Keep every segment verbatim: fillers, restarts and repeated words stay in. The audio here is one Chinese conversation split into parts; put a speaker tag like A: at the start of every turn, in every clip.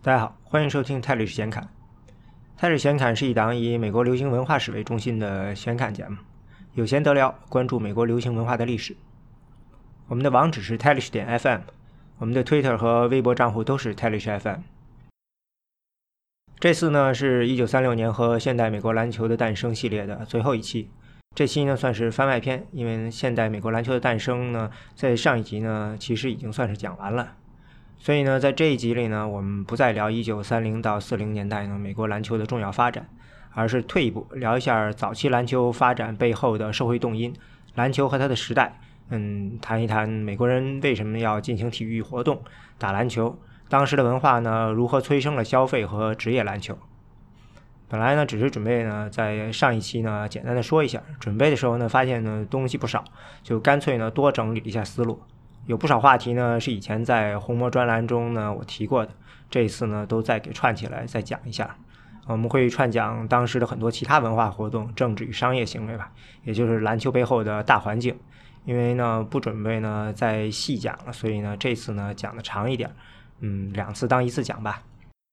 A: 大家好，欢迎收听泰律师闲侃。泰律师闲侃是一档以美国流行文化史为中心的闲侃节目，有闲得聊，关注美国流行文化的历史。我们的网址是泰律师点 F M， 我们的 Twitter 和微博账户都是泰律师 F M。这次呢是一九三六年和现代美国篮球的诞生系列的最后一期。这期呢算是番外篇，因为现代美国篮球的诞生呢，在上一集呢其实已经算是讲完了。所以呢，在这一集里呢，我们不再聊一九三零到四零年代呢美国篮球的重要发展，而是退一步聊一下早期篮球发展背后的社会动因，篮球和它的时代。嗯，谈一谈美国人为什么要进行体育活动，打篮球，当时的文化呢如何催生了消费和职业篮球。本来呢只是准备呢在上一期呢简单的说一下，准备的时候呢发现呢东西不少，就干脆呢多整理一下思路。有不少话题呢是以前在红魔专栏中呢我提过的，这一次呢都再给串起来再讲一下。我们会串讲当时的很多其他文化活动、政治与商业行为吧，也就是篮球背后的大环境。因为呢不准备呢再细讲了，所以呢这次呢讲的长一点，嗯，两次当一次讲吧。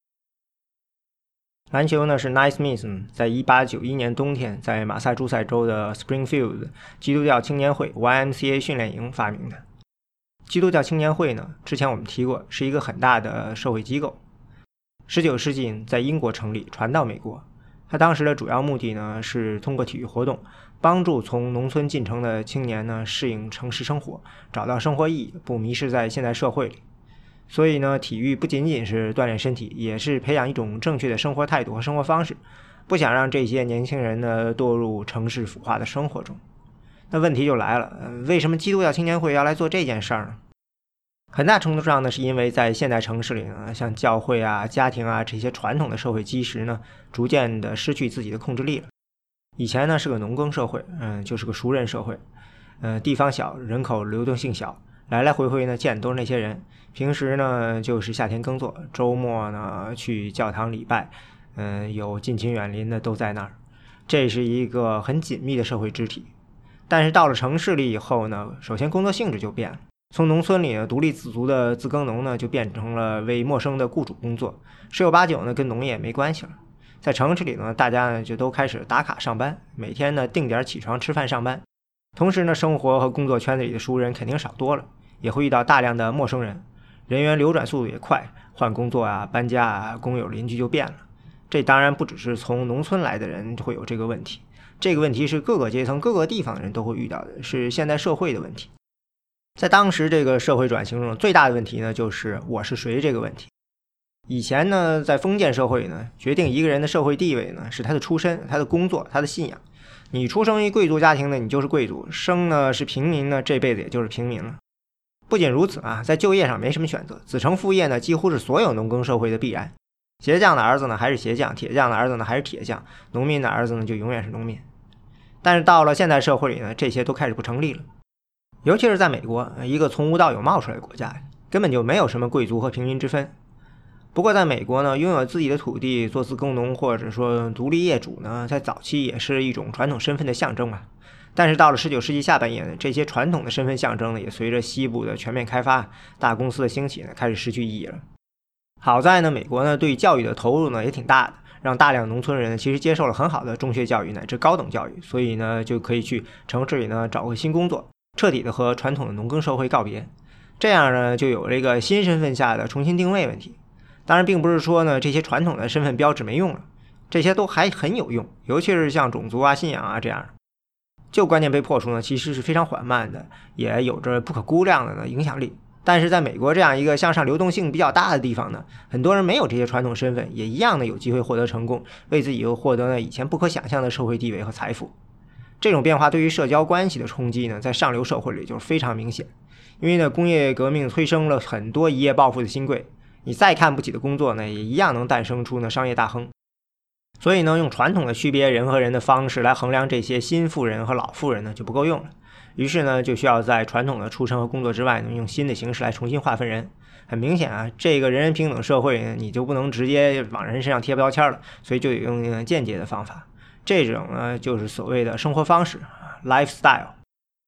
A: 篮球呢是 Naismith 在一八九一年冬天在马萨诸塞州的 Springfield 基督教青年会 Y M C A 训练营发明的。基督教青年会呢，之前我们提过，是一个很大的社会机构。十九世纪在英国成立，传到美国。它当时的主要目的呢，是通过体育活动，帮助从农村进城的青年呢适应城市生活，找到生活意义，不迷失在现代社会里。所以呢，体育不仅仅是锻炼身体，也是培养一种正确的生活态度和生活方式，不想让这些年轻人呢堕入城市腐化的生活中。那问题就来了，为什么基督教青年会要来做这件事儿呢？很大程度上呢，是因为在现代城市里呢，像教会啊、家庭啊这些传统的社会基石呢，逐渐的失去自己的控制力了。以前呢是个农耕社会，嗯，就是个熟人社会，嗯，地方小，人口流动性小，来来回回呢见都是那些人。平时呢就是夏天耕作，周末呢去教堂礼拜，嗯，有近亲远邻的都在那儿。这是一个很紧密的社会肢体。但是到了城市里以后呢，首先工作性质就变了。从农村里呢独立自足的自耕农呢，就变成了为陌生的雇主工作，十有八九呢跟农业没关系了。在城市里呢，大家呢就都开始打卡上班，每天呢定点起床吃饭上班。同时呢，生活和工作圈子里的熟人肯定少多了，也会遇到大量的陌生人，人员流转速度也快，换工作啊、搬家啊，工友邻居就变了。这当然不只是从农村来的人会有这个问题，这个问题是各个阶层、各个地方的人都会遇到的，是现代社会的问题。在当时这个社会转型中，最大的问题呢，就是我是谁这个问题。以前呢，在封建社会呢，决定一个人的社会地位呢，是他的出身、他的工作、他的信仰。你出生于贵族家庭呢，你就是贵族；生呢是平民呢，这辈子也就是平民了。不仅如此啊，在就业上没什么选择，子承父业呢，几乎是所有农耕社会的必然。鞋匠的儿子呢还是鞋匠，铁匠的儿子呢还是铁匠，农民的儿子呢就永远是农民。但是到了现代社会里呢，这些都开始不成立了。尤其是在美国，一个从无到有冒出来的国家，根本就没有什么贵族和平民之分。不过在美国呢，拥有自己的土地做自耕农或者说独立业主呢，在早期也是一种传统身份的象征嘛。但是到了十九世纪下半叶呢，这些传统的身份象征呢，也随着西部的全面开发、大公司的兴起呢，开始失去意义了。好在呢，美国呢对教育的投入呢也挺大的，让大量农村人其实接受了很好的中学教育乃至高等教育，所以呢就可以去城市里呢找个新工作，彻底的和传统的农耕社会告别。这样呢就有了一个新身份下的重新定位问题。当然并不是说呢这些传统的身份标志没用了，这些都还很有用，尤其是像种族啊、信仰啊这样。旧观念被破除呢，其实是非常缓慢的，也有着不可估量的影响力。但是在美国这样一个向上流动性比较大的地方呢，很多人没有这些传统身份，也一样的有机会获得成功，为自己又获得了以前不可想象的社会地位和财富。这种变化对于社交关系的冲击呢，在上流社会里就是非常明显。因为呢，工业革命催生了很多一夜暴富的新贵，你再看不起的工作呢，也一样能诞生出呢商业大亨。所以呢，用传统的区别人和人的方式来衡量这些新富人和老富人呢，就不够用了。于是呢，就需要在传统的出身和工作之外呢，用新的形式来重新划分人。很明显啊，这个人人平等社会呢，你就不能直接往人身上贴标签了，所以就得用间接的方法。这种呢，就是所谓的生活方式 lifestyle。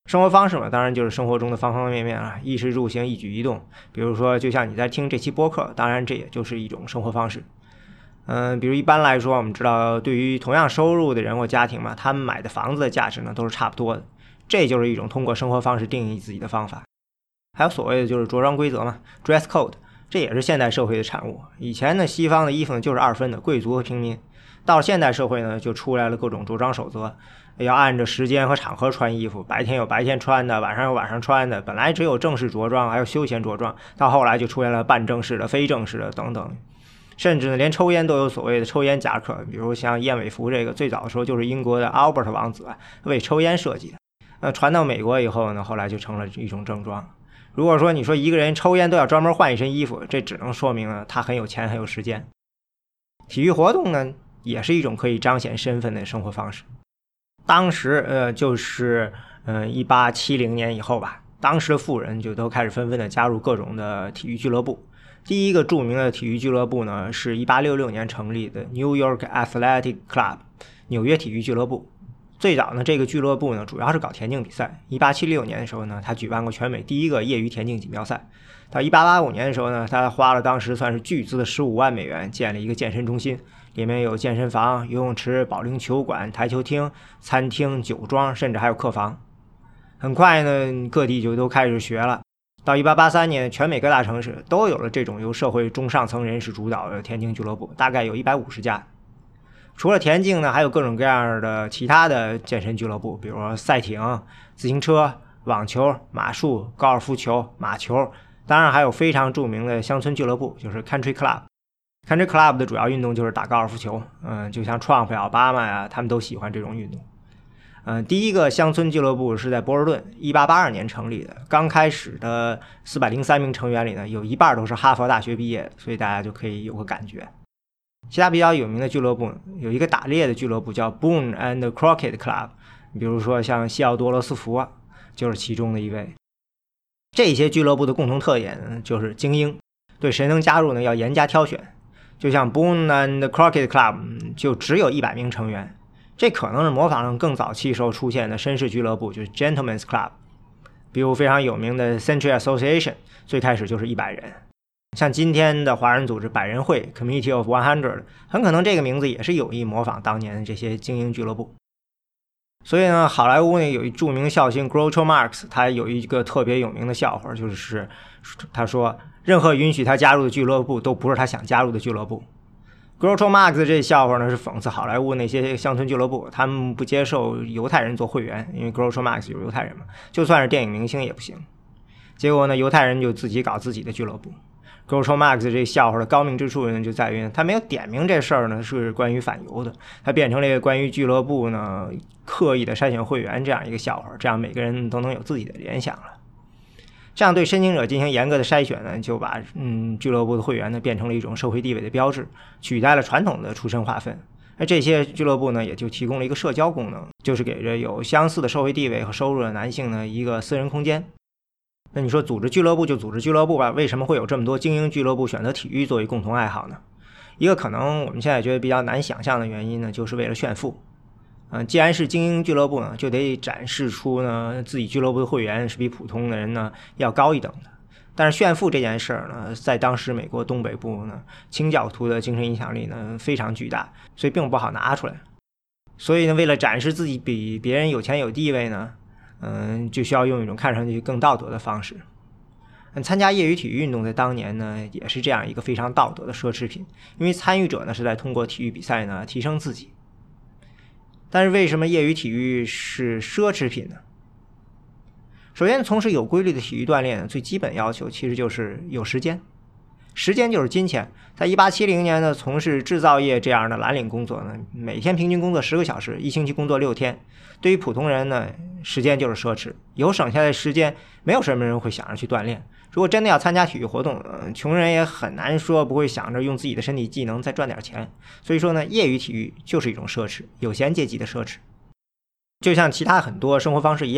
A: 生活方式嘛，当然就是生活中的方方面面啊，衣食住行、一举一动。比如说，就像你在听这期播客，当然这也就是一种生活方式。嗯，比如一般来说，我们知道，对于同样收入的人或家庭嘛，他们买的房子的价值呢都是差不多的，这就是一种通过生活方式定义自己的方法。还有所谓的就是着装规则嘛 ，dress code， 这也是现代社会的产物。以前呢，西方的衣服呢就是二分的，贵族和平民。到了现代社会呢，就出来了各种着装守则，要按着时间和场合穿衣服，白天有白天穿的，晚上有晚上穿的。本来只有正式着装，还有休闲着装，到后来就出现了半正式的、非正式的等等。甚至呢，连抽烟都有所谓的抽烟夹克，比如像燕尾服这个，最早的时候就是英国的 Albert 王子为抽烟设计的。呃，传到美国以后呢，后来就成了一种正装。如果说你说一个人抽烟都要专门换一身衣服，这只能说明呢他很有钱，很有时间。体育活动呢，也是一种可以彰显身份的生活方式。当时呃，就是嗯一八七零年以后吧，当时的富人就都开始纷纷的加入各种的体育俱乐部。第一个著名的体育俱乐部呢，是一八六六年成立的 New York Athletic Club 纽约体育俱乐部。最早呢，这个俱乐部呢主要是搞田径比赛。一八七六年的时候呢，他举办过全美第一个业余田径锦标赛。到一八八五年的时候呢，他花了当时算是巨资的十五万美元建了一个健身中心，里面有健身房、游泳池、保龄球馆、台球厅、餐厅、酒庄，甚至还有客房。很快呢，各地就都开始学了。到一八八三年，全美各大城市都有了这种由社会中上层人士主导的田径俱乐部，大概有一百五十家。除了田径呢，还有各种各样的其他的健身俱乐部，比如说赛艇、自行车、网球、马术、高尔夫球、马球，当然还有非常著名的乡村俱乐部，就是 Country Club。Country Club 的主要运动就是打高尔夫球，嗯，就像 Trump 呀、奥巴马呀，他们都喜欢这种运动。嗯，第一个乡村俱乐部是在波士顿，一八八二年成立的。刚开始的四百零三名成员里呢，有一半都是哈佛大学毕业的，所以大家就可以有个感觉。其他比较有名的俱乐部，有一个打猎的俱乐部叫 Boone and Crockett Club， 比如说像西奥多·罗斯福就是其中的一位。这些俱乐部的共同特点呢，就是精英，对谁能加入呢要严加挑选。就像 Boone and Crockett Club 就只有一百名成员。这可能是模仿更早期时候出现的绅士俱乐部，就是 Gentlemen's Club。比如非常有名的 Century Association， 最开始就是一百人。像今天的华人组织百人会 Committee of one hundred， 很可能这个名字也是有意模仿当年的这些精英俱乐部。所以呢，好莱坞呢有一著名笑星 Groucho Marx， 他有一个特别有名的笑话，就是他说任何允许他加入的俱乐部都不是他想加入的俱乐部。Groucho Marx 这笑话呢是讽刺好莱坞那些乡村俱乐部，他们不接受犹太人做会员，因为 Groucho Marx 有犹太人嘛，就算是电影明星也不行。结果呢，犹太人就自己搞自己的俱乐部。Groucho Marx 这笑话的高明之处呢，就在于他没有点明这事儿呢是关于反犹的，他变成了一个关于俱乐部呢刻意的筛选会员这样一个笑话，这样每个人都能有自己的联想了。这样对申请者进行严格的筛选呢，就把嗯俱乐部的会员呢变成了一种社会地位的标志，取代了传统的出身划分。而这些俱乐部呢，也就提供了一个社交功能，就是给着有相似的社会地位和收入的男性呢一个私人空间。那你说组织俱乐部就组织俱乐部吧，为什么会有这么多精英俱乐部选择体育作为共同爱好呢？一个可能我们现在觉得比较难想象的原因呢，就是为了炫富。嗯，既然是精英俱乐部呢，就得展示出呢自己俱乐部的会员是比普通的人呢要高一等的。但是炫富这件事儿呢，在当时美国东北部呢，清教徒的精神影响力呢非常巨大，所以并不好拿出来。所以呢，为了展示自己比别人有钱有地位呢，嗯，就需要用一种看上去更道德的方式。嗯，参加业余体育运动在当年呢，也是这样一个非常道德的奢侈品，因为参与者呢是在通过体育比赛呢提升自己。但是为什么业余体育是奢侈品呢？首先，从事有规律的体育锻炼，最基本要求其实就是有时间。时间就是金钱。在一八七零年呢，从事制造业这样的蓝领工作呢，每天平均工作十个小时，一星期工作六天。对于普通人呢，时间就是奢侈。有省下来的时间，没有什么人会想着去锻炼。如果真的要参加体育活动，呃，穷人也很难说不会想着用自己的身体技能再赚点钱。所以说呢，业余体育就是一种奢侈，有闲阶级的奢侈。就像其他很多生活方式一样嘛，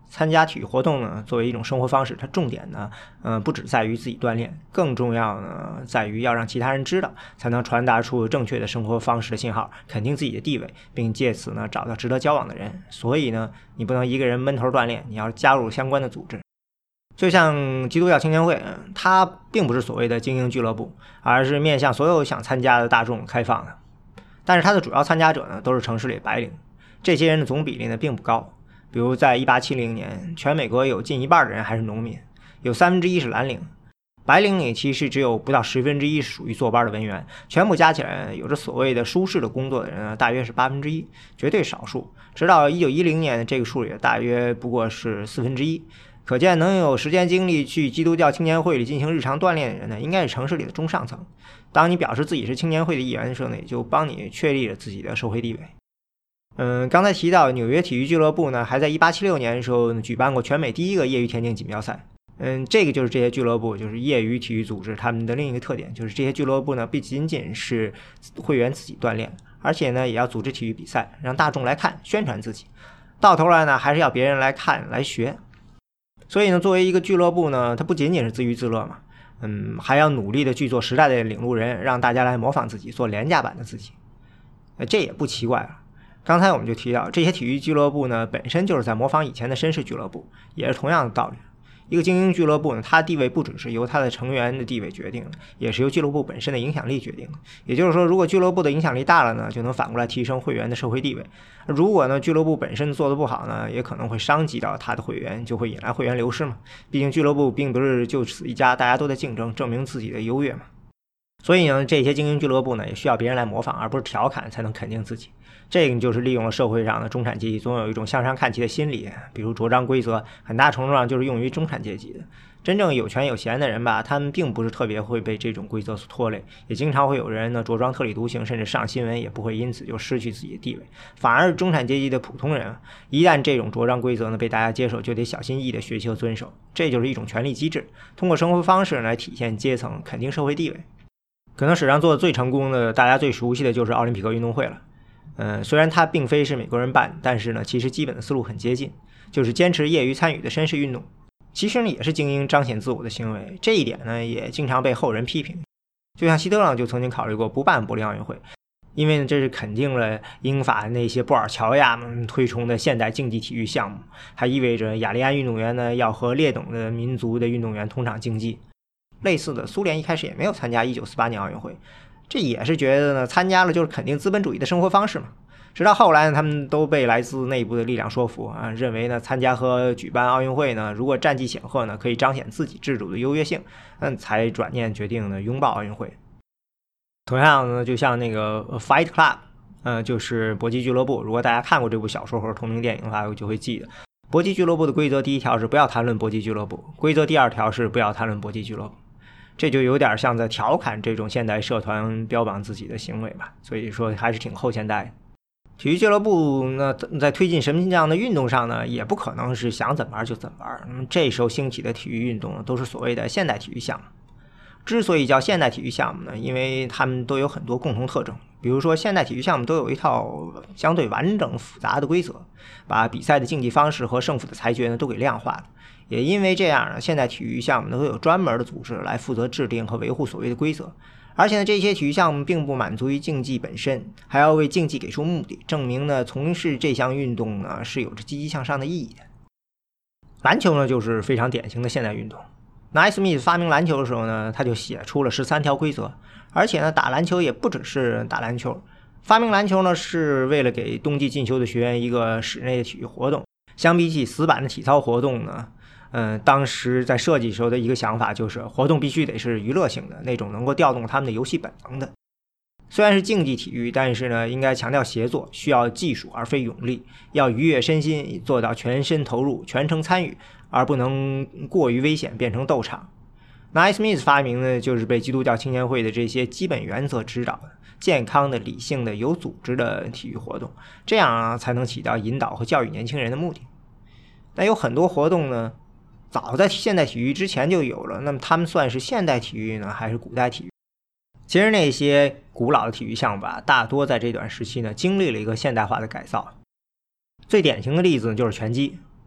A: 参加体育活动呢，作为一种生活方式，它重点呢，呃，不只在于自己锻炼，更重要呢，在于要让其他人知道，才能传达出正确的生活方式的信号，肯定自己的地位，并借此呢，找到值得交往的人。所以呢，你不能一个人闷头锻炼，你要加入相关的组织。就像基督教青年会，它并不是所谓的精英俱乐部，而是面向所有想参加的大众开放的。但是它的主要参加者呢，都是城市里的白领，这些人的总比例呢，并不高。比如在一八七零年，全美国有近一半的人还是农民，有三分之一是蓝领，白领里其实只有不到十分之一是属于坐班的文员，全部加起来有着所谓的舒适的工作的人呢，大约是八分之一，绝对少数。直到一九一零年，这个数也大约不过是四分之一。可见能有时间精力去基督教青年会里进行日常锻炼的人呢，应该是城市里的中上层。当你表示自己是青年会的一员的时候呢，也就帮你确立了自己的社会地位。嗯，刚才提到纽约体育俱乐部呢，还在一八七六年的时候举办过全美第一个业余田径锦标赛。嗯，这个就是这些俱乐部，就是业余体育组织，他们的另一个特点就是这些俱乐部呢，不仅仅是会员自己锻炼，而且呢，也要组织体育比赛，让大众来看，宣传自己。到头来呢，还是要别人来看来学。所以呢，作为一个俱乐部呢，它不仅仅是自娱自乐嘛，嗯，还要努力的去做时代的领路人，让大家来模仿自己，做廉价版的自己。呃，这也不奇怪了。刚才我们就提到，这些体育俱乐部呢，本身就是在模仿以前的绅士俱乐部，也是同样的道理。一个精英俱乐部呢，它地位不只是由它的成员的地位决定的，也是由俱乐部本身的影响力决定的。也就是说，如果俱乐部的影响力大了呢，就能反过来提升会员的社会地位；如果呢，俱乐部本身做得不好呢，也可能会伤及到他的会员，就会引来会员流失嘛。毕竟俱乐部并不是就此一家，大家都在竞争，证明自己的优越嘛。所以呢，这些精英俱乐部呢，也需要别人来模仿，而不是调侃才能肯定自己。这个就是利用了社会上的中产阶级总有一种向上看齐的心理，比如着章规则，很大程度上就是用于中产阶级的。真正有权有闲的人吧，他们并不是特别会被这种规则所拖累，也经常会有人呢着装特立独行，甚至上新闻也不会因此就失去自己的地位。反而是中产阶级的普通人，一旦这种着章规则呢被大家接受，就得小心翼翼的学习和遵守。这就是一种权力机制，通过生活方式来体现阶层，肯定社会地位。可能史上做的最成功的，大家最熟悉的就是奥林匹克运动会了。嗯，虽然它并非是美国人办，但是呢，其实基本的思路很接近，就是坚持业余参与的绅士运动。其实呢，也是精英彰显自我的行为，这一点呢，也经常被后人批评。就像希特勒就曾经考虑过不办柏林奥运会，因为呢，这是肯定了英法那些布尔乔亚们推崇的现代竞技体育项目，还意味着雅利安运动员呢要和劣等的民族的运动员同场竞技。类似的，苏联一开始也没有参加一九四八年奥运会。这也是觉得呢，参加了就是肯定资本主义的生活方式嘛。直到后来呢，他们都被来自内部的力量说服啊，认为呢，参加和举办奥运会呢，如果战绩显赫呢，可以彰显自己制度的优越性，嗯，才转念决定呢拥抱奥运会。同样呢，就像那个 Fight Club， 呃，就是搏击俱乐部。如果大家看过这部小说或者同名电影的话，我就会记得，搏击俱乐部的规则第一条是不要谈论搏击俱乐部，规则第二条是不要谈论搏击俱乐部。这就有点像在调侃这种现代社团标榜自己的行为吧，所以说还是挺后现代的。体育俱乐部呢，在推进什么这样的运动上呢，也不可能是想怎么玩就怎么玩。那么这时候兴起的体育运动都是所谓的现代体育项目。之所以叫现代体育项目呢，因为他们都有很多共同特征。比如说，现代体育项目都有一套相对完整复杂的规则，把比赛的竞技方式和胜负的裁决呢都给量化了。也因为这样呢，现代体育项目呢都有专门的组织来负责制定和维护所谓的规则。而且呢，这些体育项目并不满足于竞技本身，还要为竞技给出目的，证明呢从事这项运动呢是有着积极向上的意义的。篮球呢就是非常典型的现代运动。那史密斯发明篮球的时候呢，他就写出了十三条规则，而且呢，打篮球也不只是打篮球。发明篮球呢，是为了给冬季进修的学员一个室内的体育活动。相比起死板的体操活动呢，嗯，当时在设计时候的一个想法就是，活动必须得是娱乐性的，那种能够调动他们的游戏本能的。虽然是竞技体育，但是呢，应该强调协作，需要技术而非勇力，要愉悦身心，做到全身投入、全程参与，而不能过于危险变成斗场。那史密斯发明呢，就是被基督教青年会的这些基本原则指导的，健康的、理性的、有组织的体育活动，这样啊才能起到引导和教育年轻人的目的。但有很多活动呢，早在现代体育之前就有了，那么他们算是现代体育呢，还是古代体育？其实那些古老的体育项目吧，大多在这段时期呢，经历了一个现代化的改造。最典型的例子呢，就是拳击。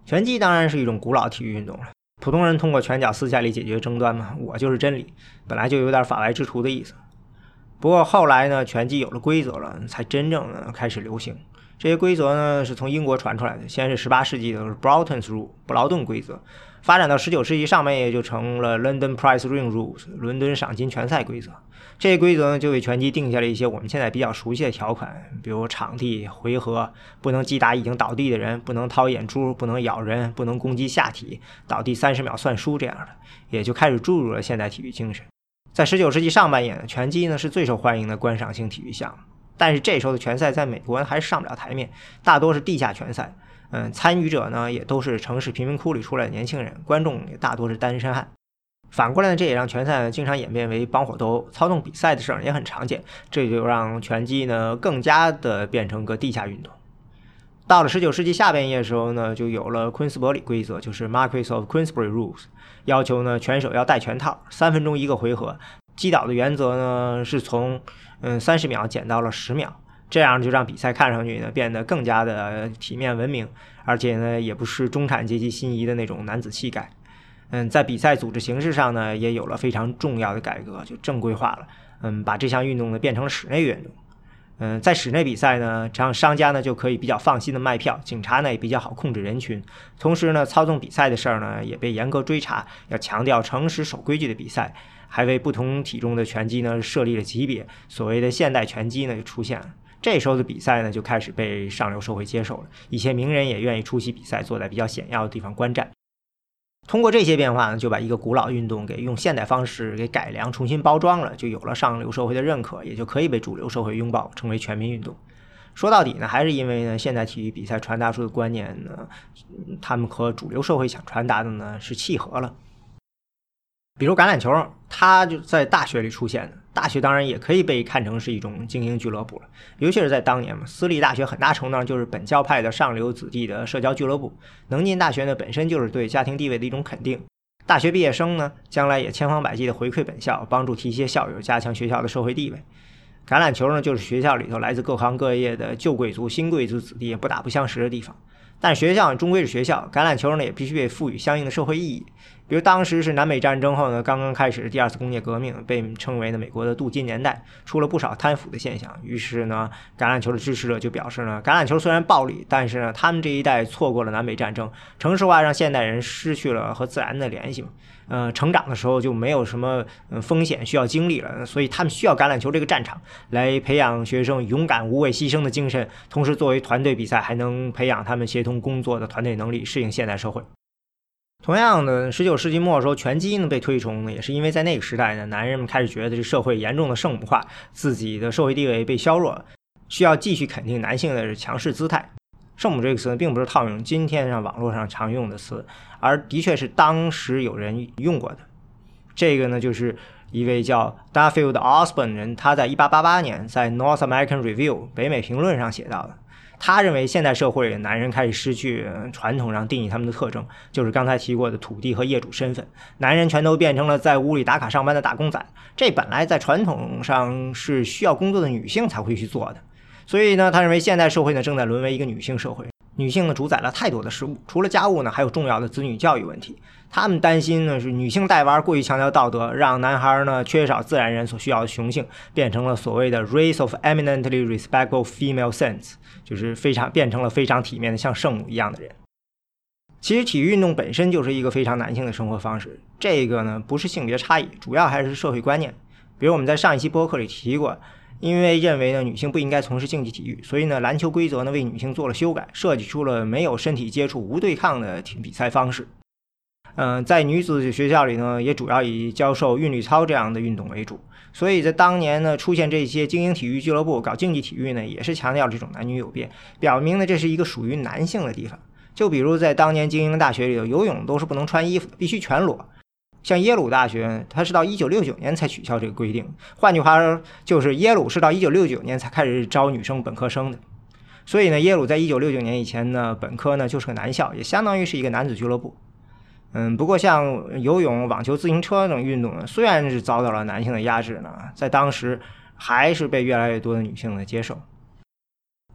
A: 拳击当然是一种古老体育运动了，普通人通过拳脚私下里解决争端嘛，我就是真理，本来就有点法外之徒的意思。不过后来呢，拳击有了规则了，才真正的开始流行。这些规则呢是从英国传出来的，先是十八世纪的 Broughton's Rule 布劳顿规则，发展到十九世纪上半叶就成了 London Prize Ring Rules 伦敦赏金拳赛规则。这些规则呢就为拳击定下了一些我们现在比较熟悉的条款，比如场地、回合，不能击打已经倒地的人，不能掏眼珠，不能咬人，不能攻击下体，倒地三十秒算输这样的，也就开始注入了现代体育精神。在十九世纪上半叶呢，拳击呢是最受欢迎的观赏性体育项目。但是这时候的拳赛在美国还是上不了台面，大多是地下拳赛。嗯，参与者呢也都是城市贫民窟里出来的年轻人，观众也大多是单身汉。反过来呢，这也让拳赛呢经常演变为帮伙斗殴、操纵比赛的事儿也很常见，这就让拳击呢更加的变成个地下运动。到了十九世纪下半叶的时候呢，就有了昆斯伯里规则，就是 Marquis of Queensberry Rules， 要求呢拳手要戴拳套，三分钟一个回合。击倒的原则呢是从嗯三十秒减到了十秒，这样就让比赛看上去呢变得更加的体面文明，而且呢也不是中产阶级心仪的那种男子气概。嗯，在比赛组织形式上呢也有了非常重要的改革，就正规化了。嗯，把这项运动呢变成了室内运动。嗯，在室内比赛呢，这样商家呢就可以比较放心的卖票，警察呢也比较好控制人群。同时呢，操纵比赛的事儿呢也被严格追查，要强调诚实守规矩的比赛。还为不同体重的拳击呢设立了级别，所谓的现代拳击呢就出现了。这时候的比赛呢就开始被上流社会接受了，一些名人也愿意出席比赛，坐在比较显要的地方观战。通过这些变化呢，就把一个古老运动给用现代方式给改良、重新包装了，就有了上流社会的认可，也就可以被主流社会拥抱，成为全民运动。说到底呢，还是因为呢，现代体育比赛传达出的观念呢，他们和主流社会想传达的呢是契合了。比如橄榄球，它就在大学里出现的。大学当然也可以被看成是一种精英俱乐部了，尤其是在当年嘛，私立大学很大程度上就是本教派的上流子弟的社交俱乐部。能进大学呢，本身就是对家庭地位的一种肯定。大学毕业生呢，将来也千方百计的回馈本校，帮助提携校友，加强学校的社会地位。橄榄球呢，就是学校里头来自各行各业的旧贵族、新贵族子弟不打不相识的地方。但学校终归是学校，橄榄球呢也必须被赋予相应的社会意义。比如当时是南北战争后呢，刚刚开始第二次工业革命，被称为呢美国的镀金年代，出了不少贪腐的现象。于是呢，橄榄球的支持者就表示呢，橄榄球虽然暴力，但是呢，他们这一代错过了南北战争，城市化让现代人失去了和自然的联系嘛。呃，成长的时候就没有什么风险需要经历了，所以他们需要橄榄球这个战场来培养学生勇敢无畏牺牲的精神，同时作为团队比赛还能培养他们协同工作的团队能力，适应现代社会。同样的，十九世纪末的时候，拳击呢被推崇呢，也是因为在那个时代呢，男人们开始觉得这社会严重的圣母化，自己的社会地位被削弱，需要继续肯定男性的强势姿态。圣母这个词呢，并不是套用今天上网络上常用的词，而的确是当时有人用过的。这个呢，就是一位叫 Duffield Osborne 人，他在一八八八年在 North American Review 北美评论上写到的。他认为现代社会男人开始失去传统上定义他们的特征，就是刚才提过的土地和业主身份，男人全都变成了在屋里打卡上班的打工仔，这本来在传统上是需要工作的女性才会去做的。所以呢，他认为现代社会呢正在沦为一个女性社会，女性呢主宰了太多的事物，除了家务呢，还有重要的子女教育问题。他们担心呢是女性带娃过于强调道德，让男孩呢缺少自然人所需要的雄性，变成了所谓的 race of eminently respectable female saints， 就是非常变成了非常体面的像圣母一样的人。其实体育运动本身就是一个非常男性的生活方式，这个呢不是性别差异，主要还是社会观念。比如我们在上一期播客里提过，因为认为呢女性不应该从事竞技体育，所以呢篮球规则呢为女性做了修改，设计出了没有身体接触、无对抗的比赛方式。嗯、呃，在女子学校里呢，也主要以教授韵律操这样的运动为主，所以在当年呢出现这些精英体育俱乐部搞竞技体育呢，也是强调这种男女有别，表明呢这是一个属于男性的地方。就比如在当年精英大学里头，游泳都是不能穿衣服的，必须全裸。像耶鲁大学，它是到一九六九年才取消这个规定，换句话就是耶鲁是到一九六九年才开始招女生本科生的。所以呢，耶鲁在一九六九年以前呢，本科呢就是个男校，也相当于是一个男子俱乐部。嗯，不过像游泳、网球、自行车等运动呢，虽然是遭到了男性的压制呢，在当时还是被越来越多的女性的接受。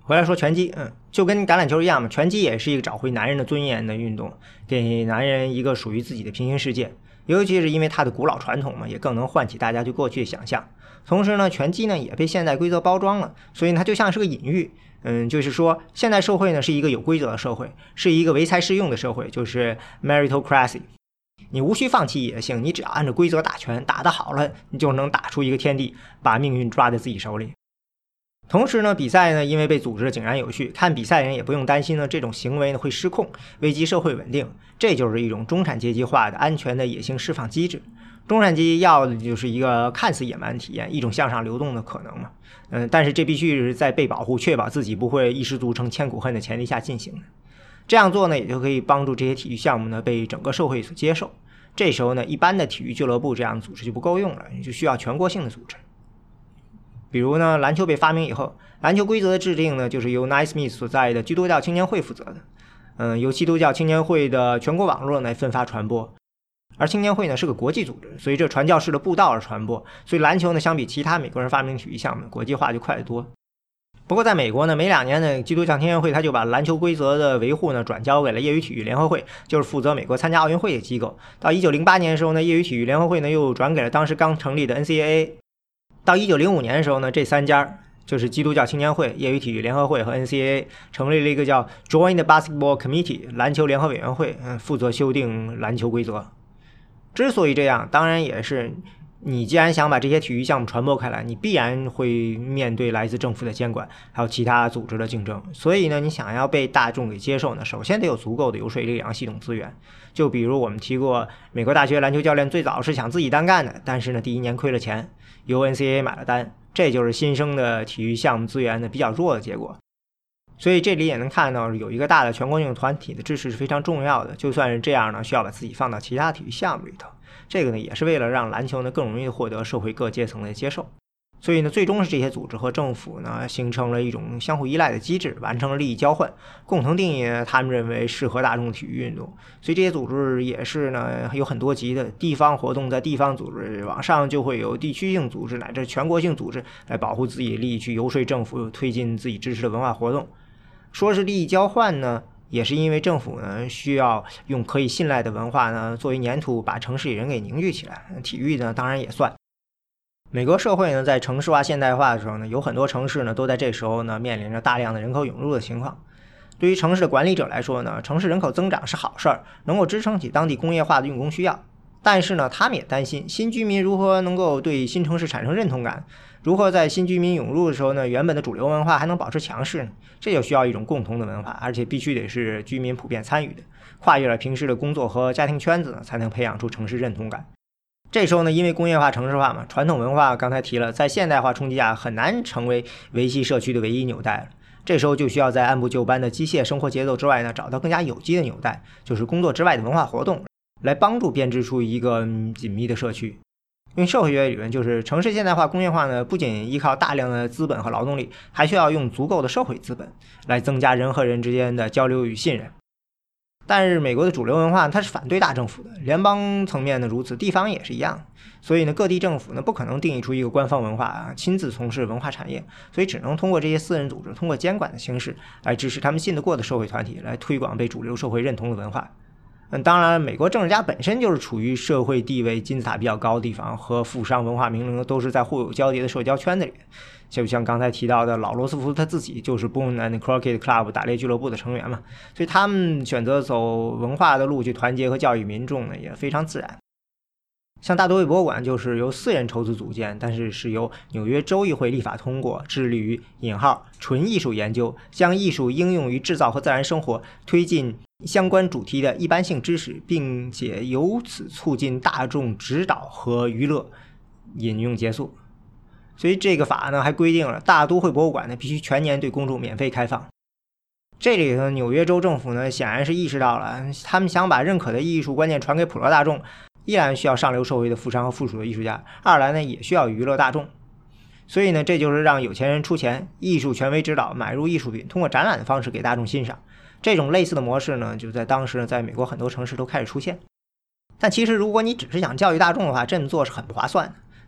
A: 回来说拳击，嗯，就跟橄榄球一样嘛，拳击也是一个找回男人的尊严的运动，给男人一个属于自己的平行世界。尤其是因为它的古老传统嘛，也更能唤起大家对过去的想象。同时呢，拳击呢也被现代规则包装了，所以它就像是个隐喻。嗯，就是说，现代社会呢是一个有规则的社会，是一个唯才是用的社会，就是 meritocracy。你无需放弃野性，你只要按照规则打拳，打得好了，你就能打出一个天地，把命运抓在自己手里。同时呢，比赛呢因为被组织的井然有序，看比赛人也不用担心呢这种行为呢会失控，危及社会稳定。这就是一种中产阶级化的安全的野性释放机制。中产阶级要的就是一个看似野蛮的体验，一种向上流动的可能嘛。嗯，但是这必须是在被保护，确保自己不会一失足成千古恨的前提下进行的。这样做呢，也就可以帮助这些体育项目呢被整个社会所接受。这时候呢，一般的体育俱乐部这样的组织就不够用了，就需要全国性的组织。比如呢，篮球被发明以后，篮球规则的制定呢，就是由 Naismith 所在的基督教青年会负责的。嗯，由基督教青年会的全国网络来分发传播。而青年会呢是个国际组织，随着传教士的布道而传播，所以篮球呢相比其他美国人发明体育项目，国际化就快得多。不过在美国呢，每两年呢，基督教青年会他就把篮球规则的维护呢转交给了业余体育联合会，就是负责美国参加奥运会的机构。到一九零八年的时候呢，业余体育联合会呢又转给了当时刚成立的 N C A A。到一九零五年的时候呢，这三家就是基督教青年会、业余体育联合会和 N C A A 成立了一个叫 Joint Basketball Committee 篮球联合委员会，嗯，负责修订篮球规则。之所以这样，当然也是你既然想把这些体育项目传播开来，你必然会面对来自政府的监管，还有其他组织的竞争。所以呢，你想要被大众给接受呢，首先得有足够的游说力量、系统资源。就比如我们提过，美国大学篮球教练最早是想自己单干的，但是呢，第一年亏了钱，由 N C A A 买了单，这就是新生的体育项目资源的比较弱的结果。所以这里也能看到，有一个大的全国性团体的支持是非常重要的。就算是这样呢，需要把自己放到其他体育项目里头，这个呢也是为了让篮球呢更容易获得社会各阶层的接受。所以呢，最终是这些组织和政府呢形成了一种相互依赖的机制，完成了利益交换，共同定义呢他们认为适合大众体育运动。所以这些组织也是呢有很多级的，地方活动在地方组织，往上就会有地区性组织乃至全国性组织来保护自己的利益，去游说政府推进自己支持的文化活动。说是利益交换呢，也是因为政府呢需要用可以信赖的文化呢作为粘土，把城市里人给凝聚起来。体育呢当然也算。美国社会呢在城市化现代化的时候呢，有很多城市呢都在这时候呢面临着大量的人口涌入的情况。对于城市的管理者来说呢，城市人口增长是好事儿，能够支撑起当地工业化的用工需要。但是呢，他们也担心新居民如何能够对新城市产生认同感，如何在新居民涌入的时候呢，原本的主流文化还能保持强势呢？这就需要一种共同的文化，而且必须得是居民普遍参与的，跨越了平时的工作和家庭圈子呢，才能培养出城市认同感。这时候呢，因为工业化、城市化嘛，传统文化刚才提了，在现代化冲击下很难成为维系社区的唯一纽带了。这时候就需要在按部就班的机械生活节奏之外呢，找到更加有机的纽带，就是工作之外的文化活动，来帮助编织出一个、嗯、紧密的社区。用社会学理论，就是城市现代化、工业化呢，不仅依靠大量的资本和劳动力，还需要用足够的社会资本来增加人和人之间的交流与信任。但是美国的主流文化它是反对大政府的，联邦层面呢如此，地方也是一样。所以呢，各地政府呢不可能定义出一个官方文化啊，亲自从事文化产业，所以只能通过这些私人组织，通过监管的形式来支持他们信得过的社会团体，来推广被主流社会认同的文化。嗯，当然，美国政治家本身就是处于社会地位金字塔比较高的地方，和富商、文化名流都是在互有交叠的社交圈子里。就像刚才提到的老罗斯福他自己就是 Boone and Crockett Club 打猎俱乐部的成员嘛，所以他们选择走文化的路去团结和教育民众呢，也非常自然。像大都会博物馆就是由私人筹资组建，但是是由纽约州议会立法通过，致力于引号纯艺术研究，将艺术应用于制造和自然生活，推进相关主题的一般性知识，并且由此促进大众指导和娱乐。引用结束。所以这个法呢还规定了大都会博物馆呢必须全年对公众免费开放。这里呢纽约州政府呢显然是意识到了，他们想把认可的艺术观念传给普罗大众，依然需要上流社会的富商和附属的艺术家，二来呢也需要娱乐大众。所以呢这就是让有钱人出钱，艺术权威指导，买入艺术品，通过展览的方式给大众欣赏。这种类似的模式呢就在当时呢在美国很多城市都开始出现。但其实如果你只是想教育大众的话，这么做是很不划算的。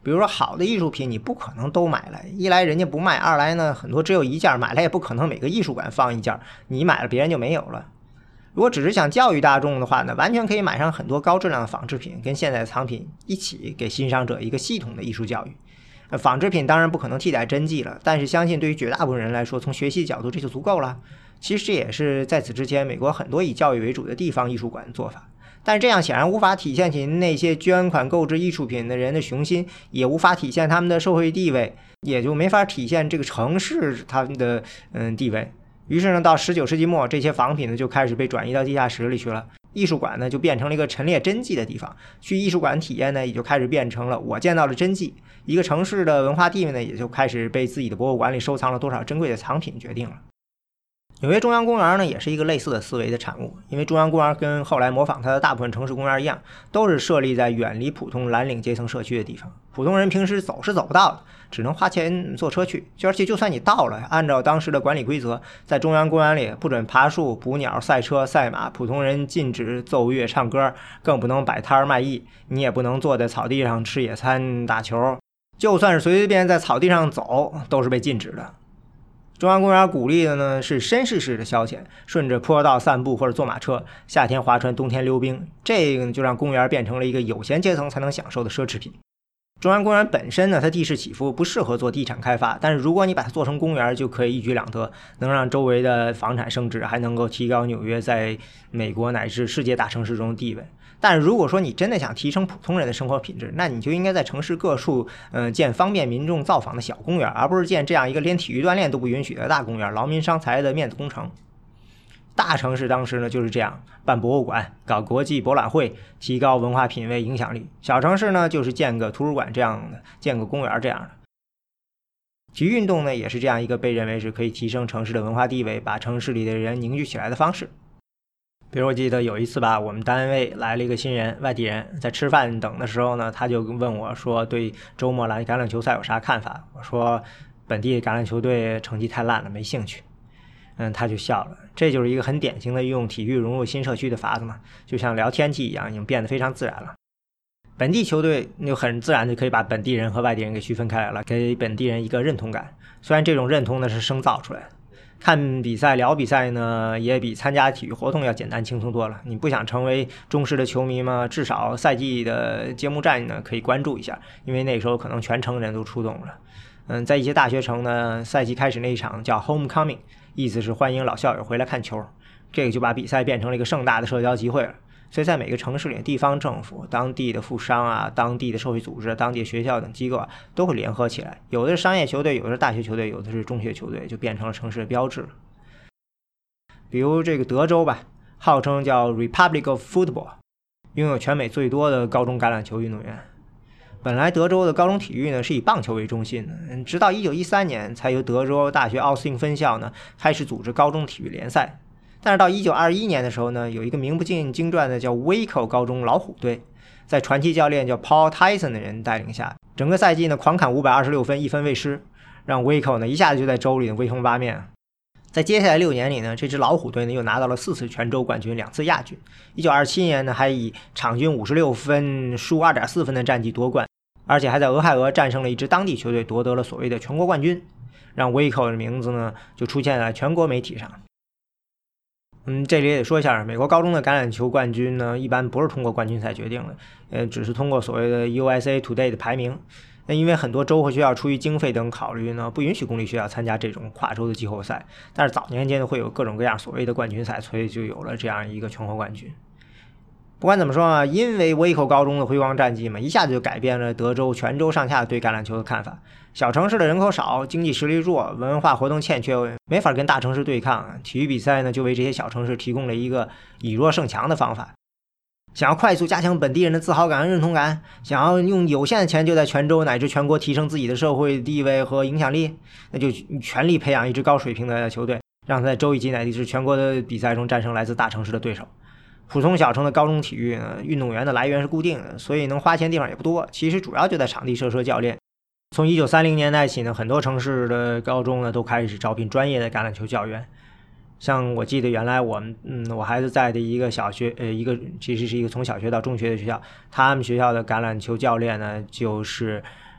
A: 比如说好的艺术品你不可能都买来，一来人家不卖，二来呢很多只有一件，买来也不可能每个艺术馆放一件，你买了别人就没有了。如果只是想教育大众的话呢，完全可以买上很多高质量的仿制品，跟现在的藏品一起给欣赏者一个系统的艺术教育。仿制品当然不可能替代真迹了，但是相信对于绝大部分人来说，从学习角度这就足够了。其实这也是在此之前美国很多以教育为主的地方艺术馆做法，但是这样显然无法体现起那些捐款购置艺术品的人的雄心，也无法体现他们的社会地位，也就没法体现这个城市他们的嗯地位。于是呢，到十九世纪末，这些仿品呢就开始被转移到地下室里去了。艺术馆呢就变成了一个陈列真迹的地方，去艺术馆体验呢也就开始变成了我见到了真迹。一个城市的文化地位呢也就开始被自己的博物馆里收藏了多少珍贵的藏品决定了。纽约中央公园呢也是一个类似的思维的产物，因为中央公园跟后来模仿它的大部分城市公园一样，都是设立在远离普通蓝领阶层社区的地方，普通人平时走是走不到的，只能花钱坐车去。而且就算你到了，按照当时的管理规则，在中央公园里不准爬树、捕鸟、赛车、赛马，普通人禁止奏乐唱歌，更不能摆摊卖艺，你也不能坐在草地上吃野餐打球，就算是随随便在草地上走都是被禁止的。中央公园鼓励的呢是绅士式的消遣，顺着坡道散步或者坐马车，夏天划船，冬天溜冰，这个就让公园变成了一个有钱阶层才能享受的奢侈品。中央公园本身呢，它地势起伏，不适合做地产开发，但是如果你把它做成公园，就可以一举两得，能让周围的房产升值，还能够提高纽约在美国乃至世界大城市中的地位。但是如果说你真的想提升普通人的生活品质，那你就应该在城市各处嗯、呃、建方便民众造访的小公园，而不是建这样一个连体育锻炼都不允许的大公园，劳民伤财的面子工程。大城市当时呢就是这样办博物馆，搞国际博览会，提高文化品位影响力。小城市呢就是建个图书馆这样的，建个公园这样的。体育运动呢也是这样一个被认为是可以提升城市的文化地位，把城市里的人凝聚起来的方式。比如我记得有一次吧，我们单位来了一个新人，外地人，在吃饭等的时候呢，他就问我说对周末来橄榄球赛有啥看法。我说本地橄榄球队成绩太烂了，没兴趣。嗯，他就笑了。这就是一个很典型的用体育融入新社区的法子嘛，就像聊天气一样，已经变得非常自然了。本地球队就很自然的可以把本地人和外地人给区分开来了，给本地人一个认同感。虽然这种认同呢是生造出来的。看比赛聊比赛呢也比参加体育活动要简单轻松多了。你不想成为忠实的球迷吗？至少赛季的揭幕战呢可以关注一下，因为那时候可能全城人都出动了。嗯，在一些大学城呢，赛季开始那一场叫 homecoming， 意思是欢迎老校友回来看球，这个就把比赛变成了一个盛大的社交集会了。所以在每个城市里，地方政府、当地的富商啊、当地的社会组织、当地的学校等机构啊，都会联合起来。有的是商业球队，有的是大学球队，有的是中学球队，就变成了城市的标志。比如这个德州吧，号称叫 Republic of Football， 拥有全美最多的高中橄榄球运动员。本来德州的高中体育呢是以棒球为中心的，直到一九一三年才由德州大学奥斯汀分校呢开始组织高中体育联赛。但是到一九二一年的时候呢，有一个名不见经传的叫 Waco 高中老虎队，在传奇教练叫 Paul Tyson 的人带领下，整个赛季呢狂砍五百二十六分，一分未失，让 Waco 呢一下子就在州里的威风八面。在接下来六年里呢，这支老虎队呢又拿到了四次全州冠军，两次亚军。一九二七年呢还以场均五十六分、输 二点四分的战绩夺冠，而且还在俄亥俄战胜了一支当地球队，夺得了所谓的全国冠军，让 Waco 的名字呢就出现在全国媒体上。嗯，这里也得说一下，美国高中的橄榄球冠军呢，一般不是通过冠军赛决定的，呃，只是通过所谓的 U S A Today 的排名。那因为很多州和学校出于经费等考虑呢，不允许公立学校参加这种跨州的季后赛。但是早年间呢，会有各种各样所谓的冠军赛，所以就有了这样一个全国冠军。不管怎么说啊，因为Waco高中的辉煌战绩嘛，一下子就改变了德州全州上下对橄榄球的看法。小城市的人口少，经济实力弱，文化活动欠缺，没法跟大城市对抗。体育比赛呢，就为这些小城市提供了一个以弱胜强的方法。想要快速加强本地人的自豪感和认同感，想要用有限的钱就在全州乃至全国提升自己的社会地位和影响力，那就全力培养一支高水平的球队，让他在州以及乃至全国的比赛中战胜来自大城市的对手。普通小城的高中体育呢，运动员的来源是固定的，所以能花钱地方也不多，其实主要就在场地设设教练。从一九三零年代起呢，很多城市的高中呢都开始招聘专业的橄榄球教员。像我记得原来我们嗯我孩子在的一个小学呃一个其实是一个从小学到中学的学校，他们学校的橄榄球教练呢就是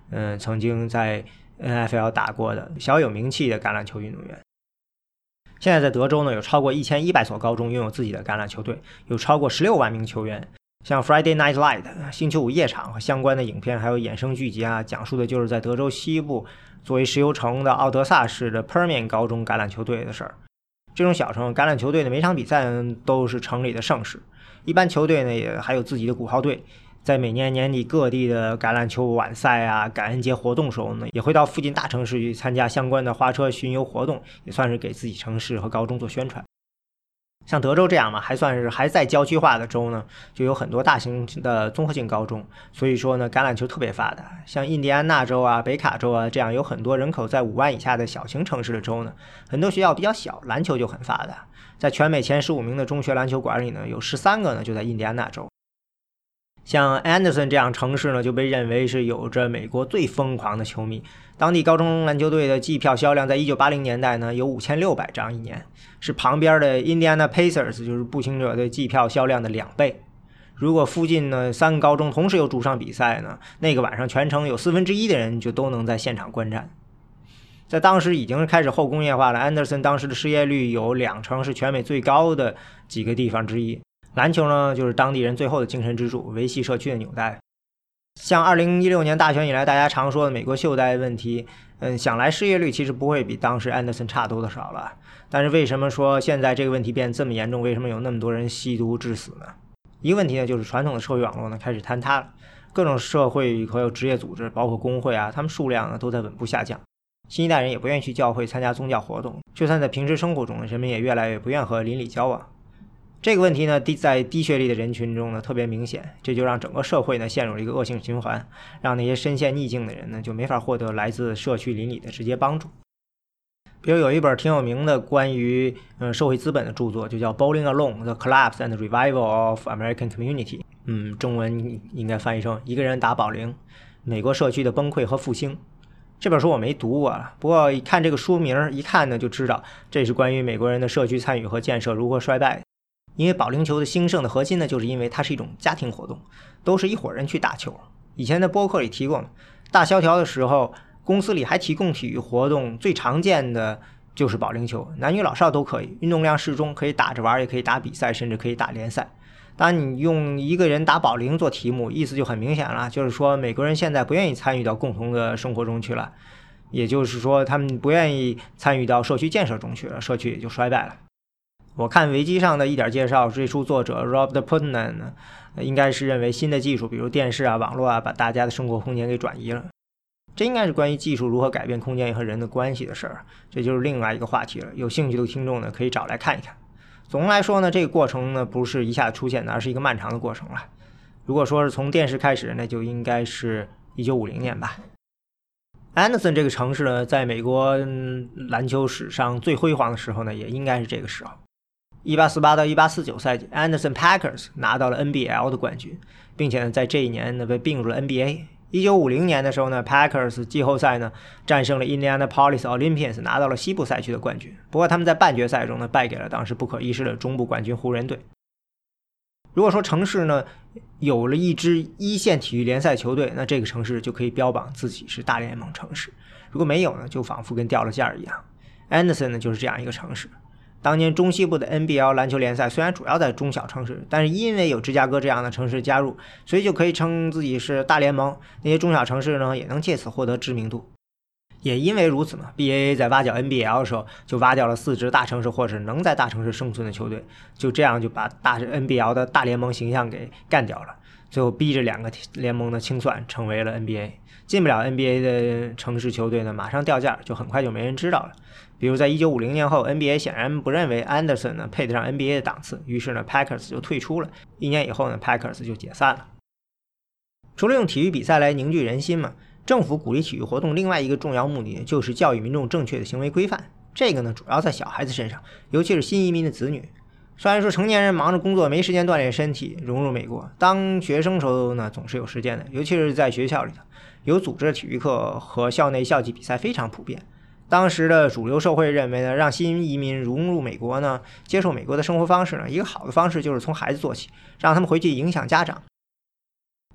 A: 嗯，曾经在 N F L 打过的小有名气的橄榄球运动员。现在在德州呢，有超过一千一百所高中拥有自己的橄榄球队，有超过十六万名球员。像 Friday Night Light 星期五夜场和相关的影片还有衍生剧集啊，讲述的就是在德州西部作为石油城的奥德萨市的 Permian 高中橄榄球队的事儿。这种小城橄榄球队的每场比赛都是城里的盛事，一般球队呢也还有自己的鼓号队，在每年年底各地的橄榄球晚赛啊、感恩节活动时候呢，也会到附近大城市去参加相关的花车巡游活动，也算是给自己城市和高中做宣传。像德州这样嘛，还算是还在郊区化的州呢，就有很多大型的综合性高中，所以说呢，橄榄球特别发达。像印第安纳州啊、北卡州啊这样有很多人口在五万以下的小型城市的州呢，很多学校比较小，篮球就很发达。在全美前十五名的中学篮球馆里呢，有十三个呢就在印第安纳州。像 Anderson 这样城市呢，就被认为是有着美国最疯狂的球迷。当地高中篮球队的季票销量在一九八零年代呢有五千六百张一年，是旁边的 Indiana Pacers 就是步行者的季票销量的两倍。如果附近呢三个高中同时有主场比赛呢，那个晚上全城有四分之一的人就都能在现场观战。在当时已经是开始后工业化了， Anderson 当时的失业率有两成，是全美最高的几个地方之一。篮球呢，就是当地人最后的精神支柱，维系社区的纽带。像二零一六年大选以来大家常说的美国袖带问题，嗯，想来失业率其实不会比当时 Anderson 差多少了。但是为什么说现在这个问题变得这么严重？为什么有那么多人吸毒致死呢？一个问题呢，就是传统的社会网络呢开始坍塌了，各种社会和有职业组织，包括工会啊，他们数量呢都在稳步下降。新一代人也不愿意去教会参加宗教活动，就算在平时生活中，人们也越来越不愿和邻里交往。这个问题呢，在低学历的人群中呢特别明显，这就让整个社会呢陷入了一个恶性循环，让那些深陷逆境的人呢就没法获得来自社区邻里的直接帮助。比如有一本挺有名的关于嗯社会资本的著作，就叫 Bowling Alone: The Collapse and Revival of American Community， 嗯，中文应该翻译成一个人打保龄，美国社区的崩溃和复兴。这本书我没读过，不过一看这个书名，一看呢就知道这是关于美国人的社区参与和建设如何衰败的。因为保龄球的兴盛的核心呢，就是因为它是一种家庭活动，都是一伙人去打球。以前的播客里提过嘛，大萧条的时候，公司里还提供体育活动，最常见的就是保龄球，男女老少都可以，运动量适中，可以打着玩，也可以打比赛，甚至可以打联赛。当然你用一个人打保龄做题目，意思就很明显了，就是说美国人现在不愿意参与到共同的生活中去了，也就是说他们不愿意参与到社区建设中去了，社区也就衰败了。我看维基上的一点介绍，这书作者 Robert Putnam 呢，应该是认为新的技术，比如电视啊、网络啊，把大家的生活空间给转移了。这应该是关于技术如何改变空间和人的关系的事儿，这就是另外一个话题了。有兴趣的听众呢，可以找来看一看。总的来说呢，这个过程呢不是一下子出现的，而是一个漫长的过程了。如果说是从电视开始，那就应该是一九五零年吧。Anderson 这个城市呢，在美国篮球史上最辉煌的时候呢，也应该是这个时候。一八四八到一八四九赛季 ，Anderson Packers 拿到了 N B L 的冠军，并且呢，在这一年呢被并入了 N B A。一九五零年的时候呢 ，Packers 季后赛呢战胜了 Indianapolis Olympians， 拿到了西部赛区的冠军。不过他们在半决赛中呢败给了当时不可一世的中部冠军湖人队。如果说城市呢有了一支一线体育联赛球队，那这个城市就可以标榜自己是大联盟城市；如果没有呢，就仿佛跟掉了价一样。Anderson 呢就是这样一个城市。当年中西部的 N B L 篮球联赛虽然主要在中小城市，但是因为有芝加哥这样的城市加入，所以就可以称自己是大联盟。那些中小城市呢也能借此获得知名度。也因为如此嘛 ，B A A 在挖角 N B L 的时候就挖掉了四支大城市或者能在大城市生存的球队，就这样就把大 N B L 的大联盟形象给干掉了。最后逼着两个联盟的清算，成为了 N B A。进不了 N B A 的城市球队呢，马上掉价，就很快就没人知道了。比如在一九五零年后 ，N B A 显然不认为 Anderson 呢配得上 N B A 的档次，于是呢 Packers 就退出了。一年以后呢 Packers 就解散了。除了用体育比赛来凝聚人心嘛，政府鼓励体育活动另外一个重要目的就是教育民众正确的行为规范。这个呢主要在小孩子身上，尤其是新移民的子女。虽然说成年人忙着工作没时间锻炼身体融入美国，当学生时候呢总是有时间的，尤其是在学校里头有组织的体育课和校内校际比赛非常普遍。当时的主流社会认为呢，让新移民融入美国呢，接受美国的生活方式呢，一个好的方式就是从孩子做起，让他们回去影响家长。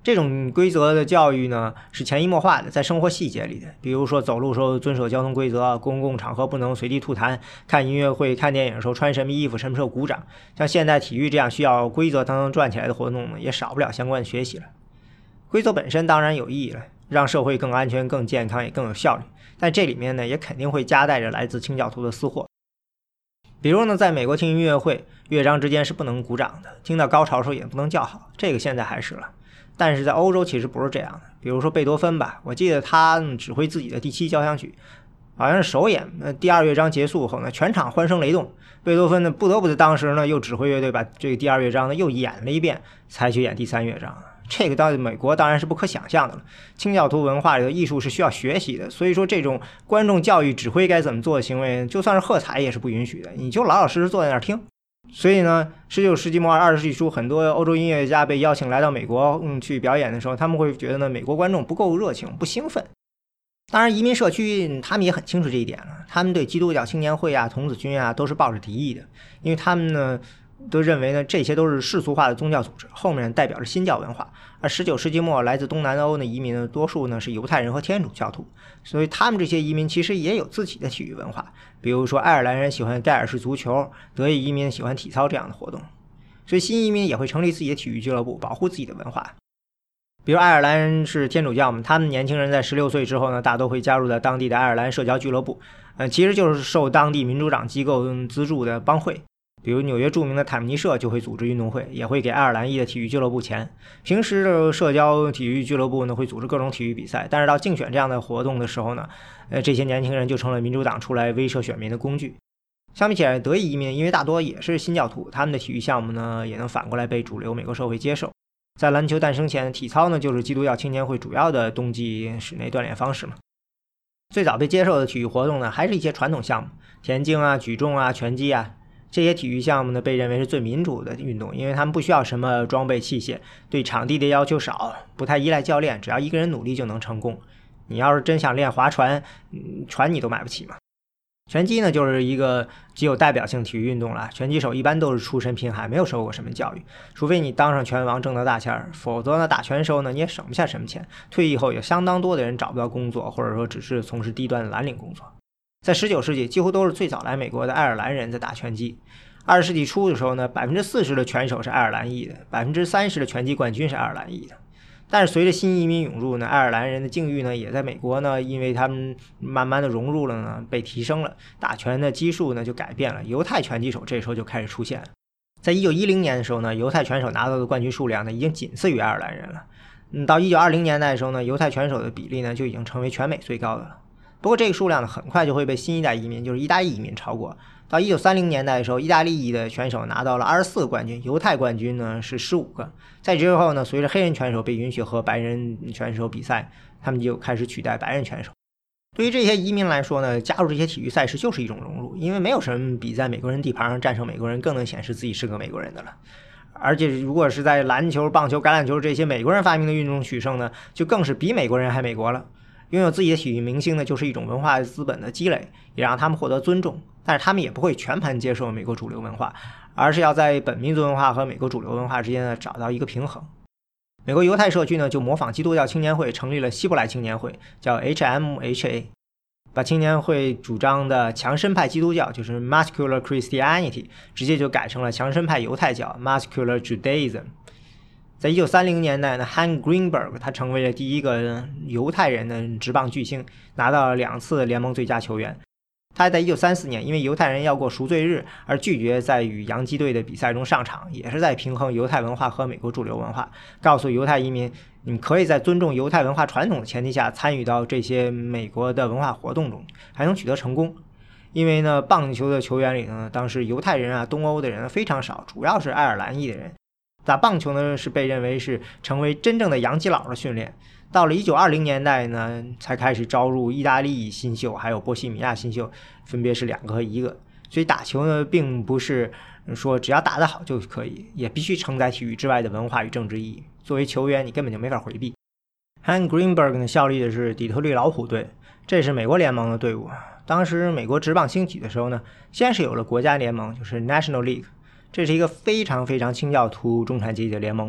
A: 这种规则的教育呢，是潜移默化的，在生活细节里的。比如说走路时候遵守交通规则，公共场合不能随地吐痰，看音乐会、看电影的时候穿什么衣服、什么时候鼓掌。像现代体育这样需要规则才能转起来的活动呢，也少不了相关的学习了。规则本身当然有意义了，让社会更安全、更健康，也更有效率。但这里面呢，也肯定会夹带着来自清教徒的私货。比如呢，在美国听音乐会，乐章之间是不能鼓掌的，听到高潮的时候也不能叫好，这个现在还是了。但是在欧洲其实不是这样的，比如说贝多芬吧，我记得他指挥自己的第七交响曲，好像是首演，呃，第二乐章结束后呢，全场欢声雷动，贝多芬呢不得不在当时呢又指挥乐队把这个第二乐章呢又演了一遍，才去演第三乐章。这个到美国当然是不可想象的了。清教徒文化里的艺术是需要学习的，所以说这种观众教育指挥该怎么做的行为，就算是喝彩也是不允许的，你就老老实实坐在那儿听。所以呢，十九世纪末二十世纪初，很多欧洲音乐家被邀请来到美国，嗯，去表演的时候，他们会觉得呢，美国观众不够热情，不兴奋。当然，移民社区他们也很清楚这一点了，他们对基督教青年会啊、童子军啊都是抱着敌意的，因为他们呢都认为呢这些都是世俗化的宗教组织，后面代表着新教文化。而十九世纪末来自东南欧的移民呢，多数呢是犹太人和天主教徒，所以他们这些移民其实也有自己的体育文化，比如说爱尔兰人喜欢盖尔式足球，德意移民喜欢体操这样的活动，所以新移民也会成立自己的体育俱乐部，保护自己的文化。比如爱尔兰人是天主教嘛，他们年轻人在十六岁之后呢，大都会加入到当地的爱尔兰社交俱乐部，呃，其实就是受当地民主党机构资助的帮会。比如纽约著名的坦姆尼社就会组织运动会，也会给爱尔兰裔的体育俱乐部钱。平时的社交体育俱乐部呢会组织各种体育比赛，但是到竞选这样的活动的时候呢，呃，这些年轻人就成了民主党出来威慑选民的工具。相比起来，德意移民因为大多也是新教徒，他们的体育项目呢也能反过来被主流美国社会接受。在篮球诞生前，体操呢就是基督教青年会主要的冬季室内锻炼方式嘛。最早被接受的体育活动呢，还是一些传统项目，田径啊、举重啊、拳击啊。这些体育项目呢，被认为是最民主的运动，因为他们不需要什么装备器械，对场地的要求少，不太依赖教练，只要一个人努力就能成功。你要是真想练划船，嗯，船你都买不起嘛。拳击呢，就是一个极有代表性体育运动了。拳击手一般都是出身贫寒，没有受过什么教育，除非你当上拳王挣得大钱，否则呢，打拳手呢你也省不下什么钱。退役后有相当多的人找不到工作，或者说只是从事低端的蓝领工作。在十九世纪，几乎都是最早来美国的爱尔兰人在打拳击。二十世纪初的时候呢，百分之四十的拳手是爱尔兰裔的，百分之三十的拳击冠军是爱尔兰裔的。但是随着新移民涌入呢，爱尔兰人的境遇呢，也在美国呢，因为他们慢慢的融入了呢，被提升了，打拳的基数呢就改变了。犹太拳击手这时候就开始出现了。在一九一零年的时候呢，犹太拳手拿到的冠军数量呢，已经仅次于爱尔兰人了。嗯，到一九二零年代的时候呢，犹太拳手的比例呢，就已经成为全美最高的了。不过这个数量呢，很快就会被新一代移民，就是意大利移民超过。到一九三零年代的时候，意大利裔的拳手拿到了二十四个冠军，犹太冠军呢是十五个。在之后呢，随着黑人拳手被允许和白人拳手比赛，他们就开始取代白人拳手。对于这些移民来说呢，加入这些体育赛事就是一种融入，因为没有什么比在美国人地盘上战胜美国人更能显示自己是个美国人的了。而且如果是在篮球、棒球、橄榄球这些美国人发明的运动取胜呢，就更是比美国人还美国了。拥有自己的体育明星呢，就是一种文化资本的积累，也让他们获得尊重。但是他们也不会全盘接受美国主流文化，而是要在本民族文化和美国主流文化之间呢找到一个平衡。美国犹太社区呢就模仿基督教青年会成立了希伯来青年会，叫 H M H A， 把青年会主张的强身派基督教，就是 Muscular Christianity， 直接就改成了强身派犹太教 Muscular Judaism。在一九三零年代呢 ，Han Greenberg 他成为了第一个犹太人的职棒巨星，拿到了两次联盟最佳球员。他在一九三四年因为犹太人要过赎罪日而拒绝在与洋基队的比赛中上场，也是在平衡犹太文化和美国主流文化，告诉犹太移民，你可以在尊重犹太文化传统的前提下参与到这些美国的文化活动中，还能取得成功。因为呢，棒球的球员里呢，当时犹太人啊、东欧的人非常少，主要是爱尔兰裔的人。打棒球呢，是被认为是成为真正的洋基佬的训练。到了一九二零年代呢，才开始招入意大利新秀，还有波西米亚新秀，分别是两个和一个。所以打球呢，并不是说只要打得好就可以，也必须承载体育之外的文化与政治意义。作为球员，你根本就没法回避。Han Greenberg 呢，效力的是底特律老虎队，这是美国联盟的队伍。当时美国职棒兴起的时候呢，先是有了国家联盟，就是 National League。这是一个非常非常清教徒中产阶级的联盟，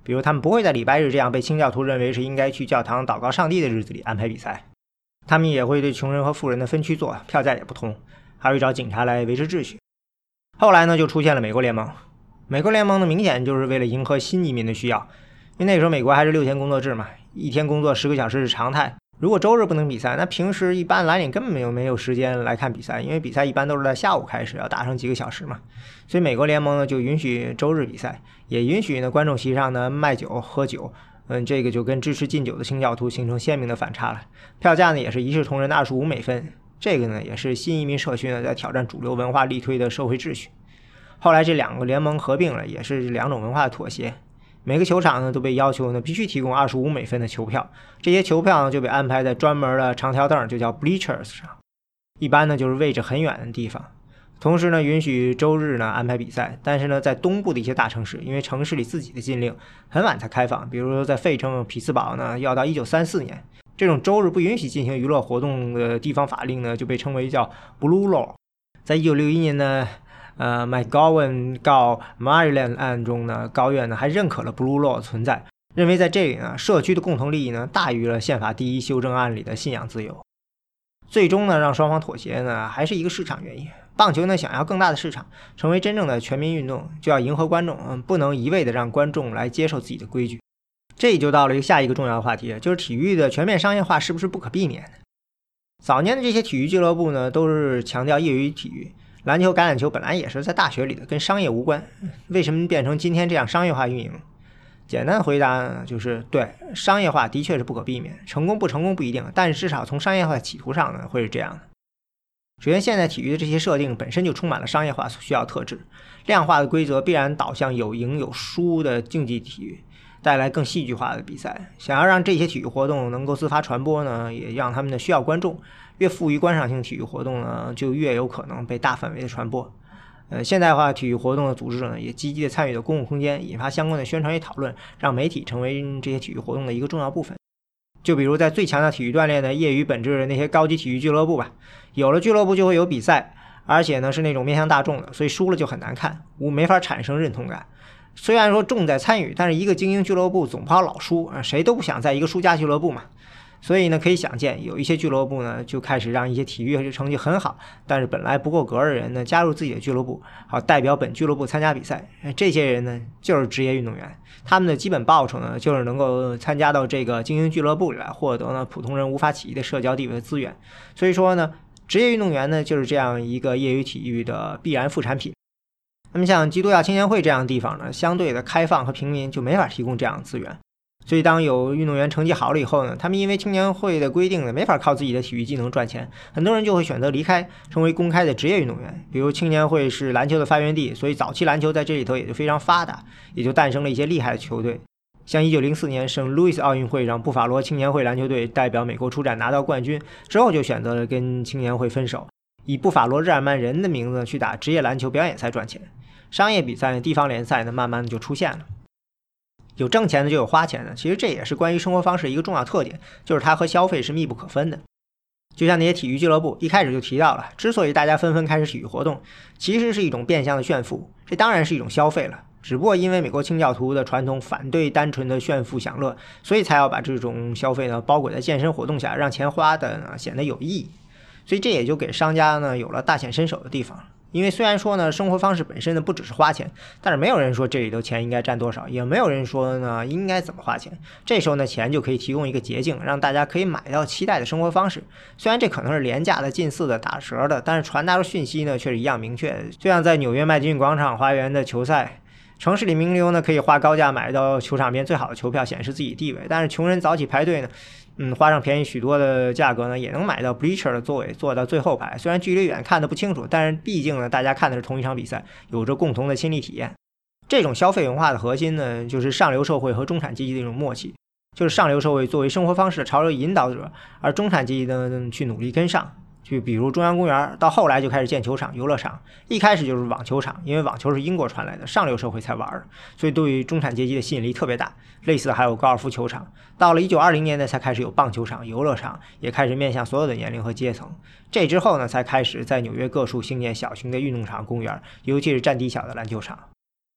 A: 比如他们不会在礼拜日这样被清教徒认为是应该去教堂祷告上帝的日子里安排比赛，他们也会对穷人和富人的分区做，票价也不同，还会找警察来维持秩序。后来呢，就出现了美国联盟。美国联盟呢，明显就是为了迎合新移民的需要，因为那时候美国还是六天工作制嘛，一天工作十个小时是常态。如果周日不能比赛，那平时一般蓝领根本没有没有时间来看比赛，因为比赛一般都是在下午开始，要打上几个小时嘛。所以美国联盟呢就允许周日比赛，也允许呢观众席上呢卖酒喝酒。嗯，这个就跟支持禁酒的清教徒形成鲜明的反差了。票价呢也是一视同仁的二十五美分，这个呢也是新移民社区呢在挑战主流文化力推的社会秩序。后来这两个联盟合并了，也是两种文化的妥协。每个球场呢都被要求呢必须提供二十五美分的球票，这些球票呢就被安排在专门的长条凳，就叫 bleachers 上，一般呢就是位置很远的地方。同时呢允许周日呢安排比赛，但是呢在东部的一些大城市，因为城市里自己的禁令很晚才开放，比如说在费城、匹兹堡呢要到一九三四年，这种周日不允许进行娱乐活动的地方法令呢就被称为叫 Blue Law。 在一九六一年呢呃 McGowan 告 Maryland 案中呢，高院呢还认可了 Blue Law 存在，认为在这里呢社区的共同利益呢大于了宪法第一修正案里的信仰自由。最终呢让双方妥协呢还是一个市场原因，棒球呢想要更大的市场，成为真正的全民运动，就要迎合观众，嗯，不能一味的让观众来接受自己的规矩。这就到了一个下一个重要的话题，就是体育的全面商业化是不是不可避免的。早年的这些体育俱乐部呢都是强调业余体育，篮球、橄榄球本来也是在大学里的，跟商业无关，为什么变成今天这样商业化运营？简单的回答呢就是对，商业化的确是不可避免，成功不成功不一定，但是至少从商业化的企图上呢会是这样的。首先，现代体育的这些设定本身就充满了商业化所需要的特质，量化的规则必然导向有赢有输的竞技体育，带来更戏剧化的比赛。想要让这些体育活动能够自发传播呢，也让他们的需要观众，越富于观赏性体育活动呢，就越有可能被大范围的传播。呃，现代化体育活动的组织者呢，也积极的参与到公共空间，引发相关的宣传与讨论，让媒体成为这些体育活动的一个重要部分。就比如在最强调体育锻炼的业余本质的那些高级体育俱乐部吧，有了俱乐部就会有比赛，而且呢是那种面向大众的，所以输了就很难看，无没法产生认同感。虽然说重在参与，但是一个精英俱乐部总怕老输，谁都不想在一个输家俱乐部嘛。所以呢，可以想见，有一些俱乐部呢就开始让一些体育成绩很好，但是本来不够格的人呢加入自己的俱乐部，好代表本俱乐部参加比赛。这些人呢就是职业运动员，他们的基本报酬呢就是能够参加到这个精英俱乐部里来，获得呢普通人无法企及的社交地位的资源。所以说呢，职业运动员呢就是这样一个业余体育的必然副产品。那么像基督教青年会这样的地方呢，相对的开放和平民就没法提供这样的资源。所以当有运动员成绩好了以后呢，他们因为青年会的规定呢，没法靠自己的体育技能赚钱，很多人就会选择离开，成为公开的职业运动员。比如青年会是篮球的发源地，所以早期篮球在这里头也就非常发达，也就诞生了一些厉害的球队。像一九零四年圣路易斯奥运会上，布法罗青年会篮球队代表美国出战拿到冠军之后，就选择了跟青年会分手，以布法罗日耳曼人的名字去打职业篮球表演赛赚钱。商业比赛、地方联赛呢，慢慢的就出现了。有挣钱的就有花钱的，其实这也是关于生活方式一个重要特点，就是它和消费是密不可分的。就像那些体育俱乐部一开始就提到了，之所以大家纷纷开始体育活动，其实是一种变相的炫富，这当然是一种消费了。只不过因为美国清教徒的传统反对单纯的炫富享乐，所以才要把这种消费呢包裹在健身活动下，让钱花的呢显得有意义。所以这也就给商家呢有了大显身手的地方。因为虽然说呢，生活方式本身呢不只是花钱，但是没有人说这里头钱应该占多少，也没有人说呢应该怎么花钱。这时候呢，钱就可以提供一个捷径，让大家可以买到期待的生活方式。虽然这可能是廉价的、近似的、打折的，但是传达的讯息呢却是一样明确的。就像在纽约麦迪逊广场花园的球赛，城市里名流呢可以花高价买到球场边最好的球票，显示自己地位，但是穷人早起排队呢。嗯，花上便宜许多的价格呢，也能买到 bleacher 的座位，坐到最后排。虽然距离远看得不清楚，但是毕竟呢，大家看的是同一场比赛，有着共同的亲历体验。这种消费文化的核心呢，就是上流社会和中产阶级的一种默契，就是上流社会作为生活方式的潮流引导者，而中产阶级呢去努力跟上。就比如中央公园，到后来就开始建球场、游乐场，一开始就是网球场，因为网球是英国传来的，上流社会才玩的，所以对于中产阶级的吸引力特别大。类似的还有高尔夫球场，到了一九二零年代才开始有棒球场、游乐场，也开始面向所有的年龄和阶层。这之后呢，才开始在纽约各处兴建小型的运动场、公园，尤其是占地小的篮球场。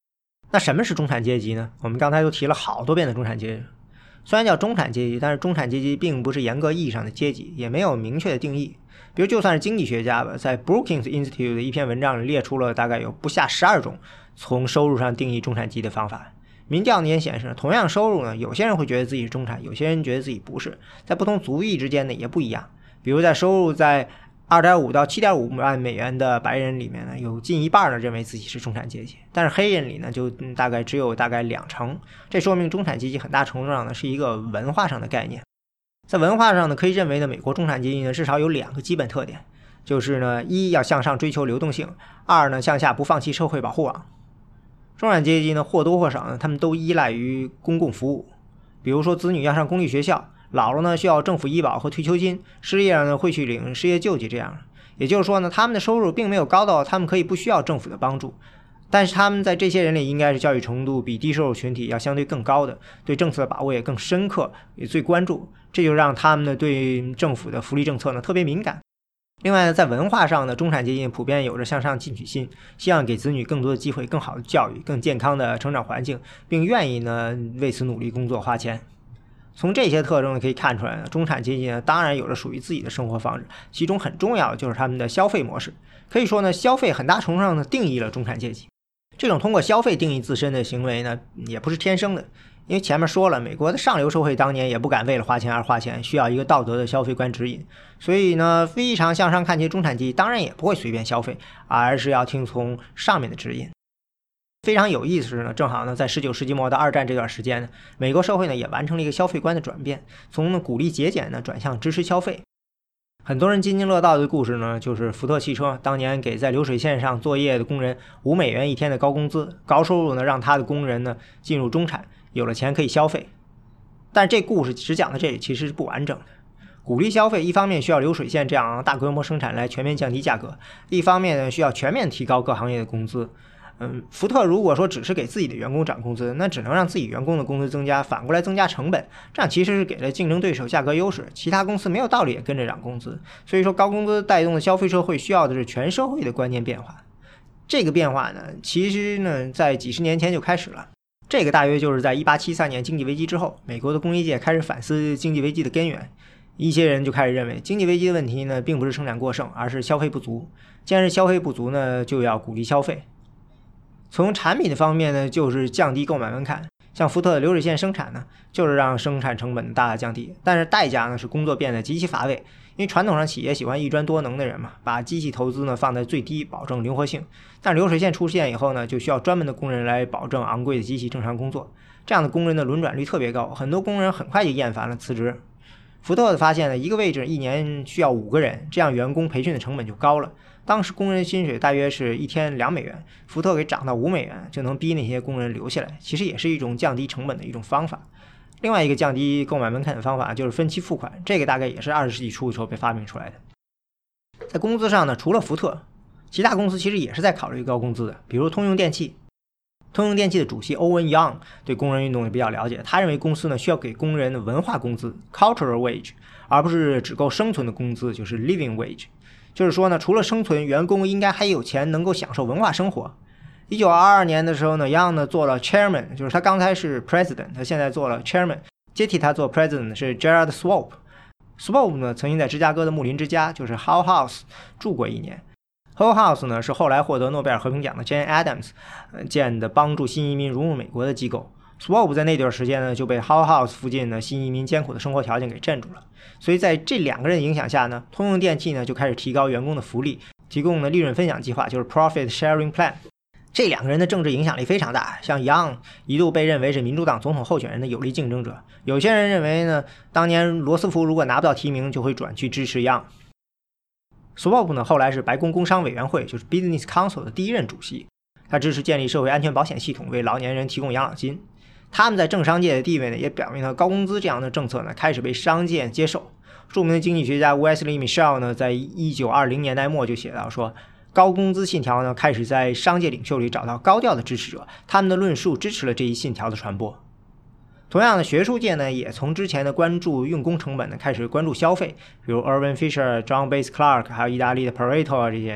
A: 那什么是中产阶级呢？我们刚才都提了好多遍的中产阶级。虽然叫中产阶级，但是中产阶级并不是严格意义上的阶级，也没有明确的定义。比如就算是经济学家吧，在 Brookings Institute 的一篇文章里列出了大概有不下十二种从收入上定义中产阶级的方法。民调呢也显示，同样收入呢，有些人会觉得自己是中产，有些人觉得自己不是，在不同族裔之间呢也不一样。比如在收入在 二点五 到 七点五 万美元的白人里面呢，有近一半呢认为自己是中产阶级，但是黑人里呢就大概只有大概两成。这说明中产阶级很大程度上呢是一个文化上的概念。在文化上呢，可以认为呢，美国中产阶级呢至少有两个基本特点，就是呢，一要向上追求流动性，二呢向下不放弃社会保护网。中产阶级呢或多或少呢，他们都依赖于公共服务，比如说子女要上公立学校，老了呢需要政府医保和退休金，失业了呢会去领失业救济，这样。也就是说呢，他们的收入并没有高到他们可以不需要政府的帮助，但是他们在这些人里应该是教育程度比低收入群体要相对更高的，对政策的把握也更深刻，也最关注，这就让他们呢对政府的福利政策呢特别敏感。另外呢，在文化上呢，中产阶级普遍有着向上进取心，希望给子女更多的机会、更好的教育、更健康的成长环境，并愿意呢为此努力工作花钱。从这些特征呢可以看出来呢，中产阶级呢当然有着属于自己的生活方式，其中很重要的就是他们的消费模式。可以说呢，消费很大程度上呢定义了中产阶级。这种通过消费定义自身的行为呢，也不是天生的，因为前面说了，美国的上流社会当年也不敢为了花钱而花钱，需要一个道德的消费观指引。所以呢，非常向上看齐的中产阶级当然也不会随便消费，而是要听从上面的指引。非常有意思是呢，正好呢，在十九世纪末到二战这段时间呢，美国社会呢也完成了一个消费观的转变，从呢鼓励节俭呢转向支持消费。很多人津津乐道的故事呢，就是福特汽车当年给在流水线上作业的工人五美元一天的高工资，高收入呢让他的工人呢进入中产，有了钱可以消费。但是这故事只讲到这里，其实是不完整的。鼓励消费一方面需要流水线这样大规模生产来全面降低价格，一方面呢需要全面提高各行业的工资。嗯，福特如果说只是给自己的员工涨工资，那只能让自己员工的工资增加，反过来增加成本，这样其实是给了竞争对手价格优势，其他公司没有道理也跟着涨工资。所以说高工资带动的消费社会需要的是全社会的观念变化。这个变化呢，其实呢在几十年前就开始了。这个大约就是在一八七三年经济危机之后，美国的工业界开始反思经济危机的根源。一些人就开始认为，经济危机的问题呢，并不是生产过剩，而是消费不足。既然是消费不足呢，就要鼓励消费。从产品的方面呢，就是降低购买门槛。像福特的流水线生产呢，就是让生产成本大大降低，但是代价呢是工作变得极其乏味。因为传统上企业喜欢一专多能的人嘛，把机器投资呢放在最低，保证灵活性。但流水线出现以后呢，就需要专门的工人来保证昂贵的机器正常工作。这样的工人的轮转率特别高，很多工人很快就厌烦了，辞职。福特发现呢，一个位置一年需要五个人，这样员工培训的成本就高了。当时工人薪水大约是一天两美元，福特给涨到五美元，就能逼那些工人留下来，其实也是一种降低成本的一种方法。另外一个降低购买门槛的方法就是分期付款，这个大概也是二十世纪初的时候被发明出来的。在工资上呢，除了福特，其他公司其实也是在考虑高工资的，比如通用电气。通用电气的主席欧文·杨对工人运动也比较了解，他认为公司呢需要给工人的文化工资 （cultural wage）， 而不是只够生存的工资，就是 living wage。就是说呢，除了生存，员工应该还有钱能够享受文化生活。一九二二年的时候呢，Young呢做了 chairman， 就是他刚才是 president， 他现在做了 chairman， 接替他做 president 是 Gerald Swope。Swope 呢曾经在芝加哥的睦林之家，就是 Hull House 住过一年。Hull House 呢是后来获得诺贝尔和平奖的 Jane Addams 建的帮助新移民融入美国的机构。Swope 在那段时间呢就被 Hull House 附近的新移民艰苦的生活条件给镇住了。所以在这两个人的影响下呢，通用电气呢就开始提高员工的福利，提供了利润分享计划，就是 Profit Sharing Plan。这两个人的政治影响力非常大，像 Young 一度被认为是民主党总统候选人的有力竞争者。有些人认为呢，当年罗斯福如果拿不到提名，就会转去支持 Young。Swope 呢后来是白宫工商委员会，就是 Business Council 的第一任主席，他支持建立社会安全保险系统，为老年人提供养老金。他们在政商界的地位呢，也表明了高工资这样的政策呢开始被商界接受。著名的经济学家 Wesley Michel 呢，在一九二零年代末就写到说，高工资信条呢开始在商界领袖里找到高调的支持者，他们的论述支持了这一信条的传播。同样的，学术界呢也从之前的关注用工成本呢开始关注消费，比如 Irving Fisher、John Bates Clark， 还有意大利的 Pareto 啊这些。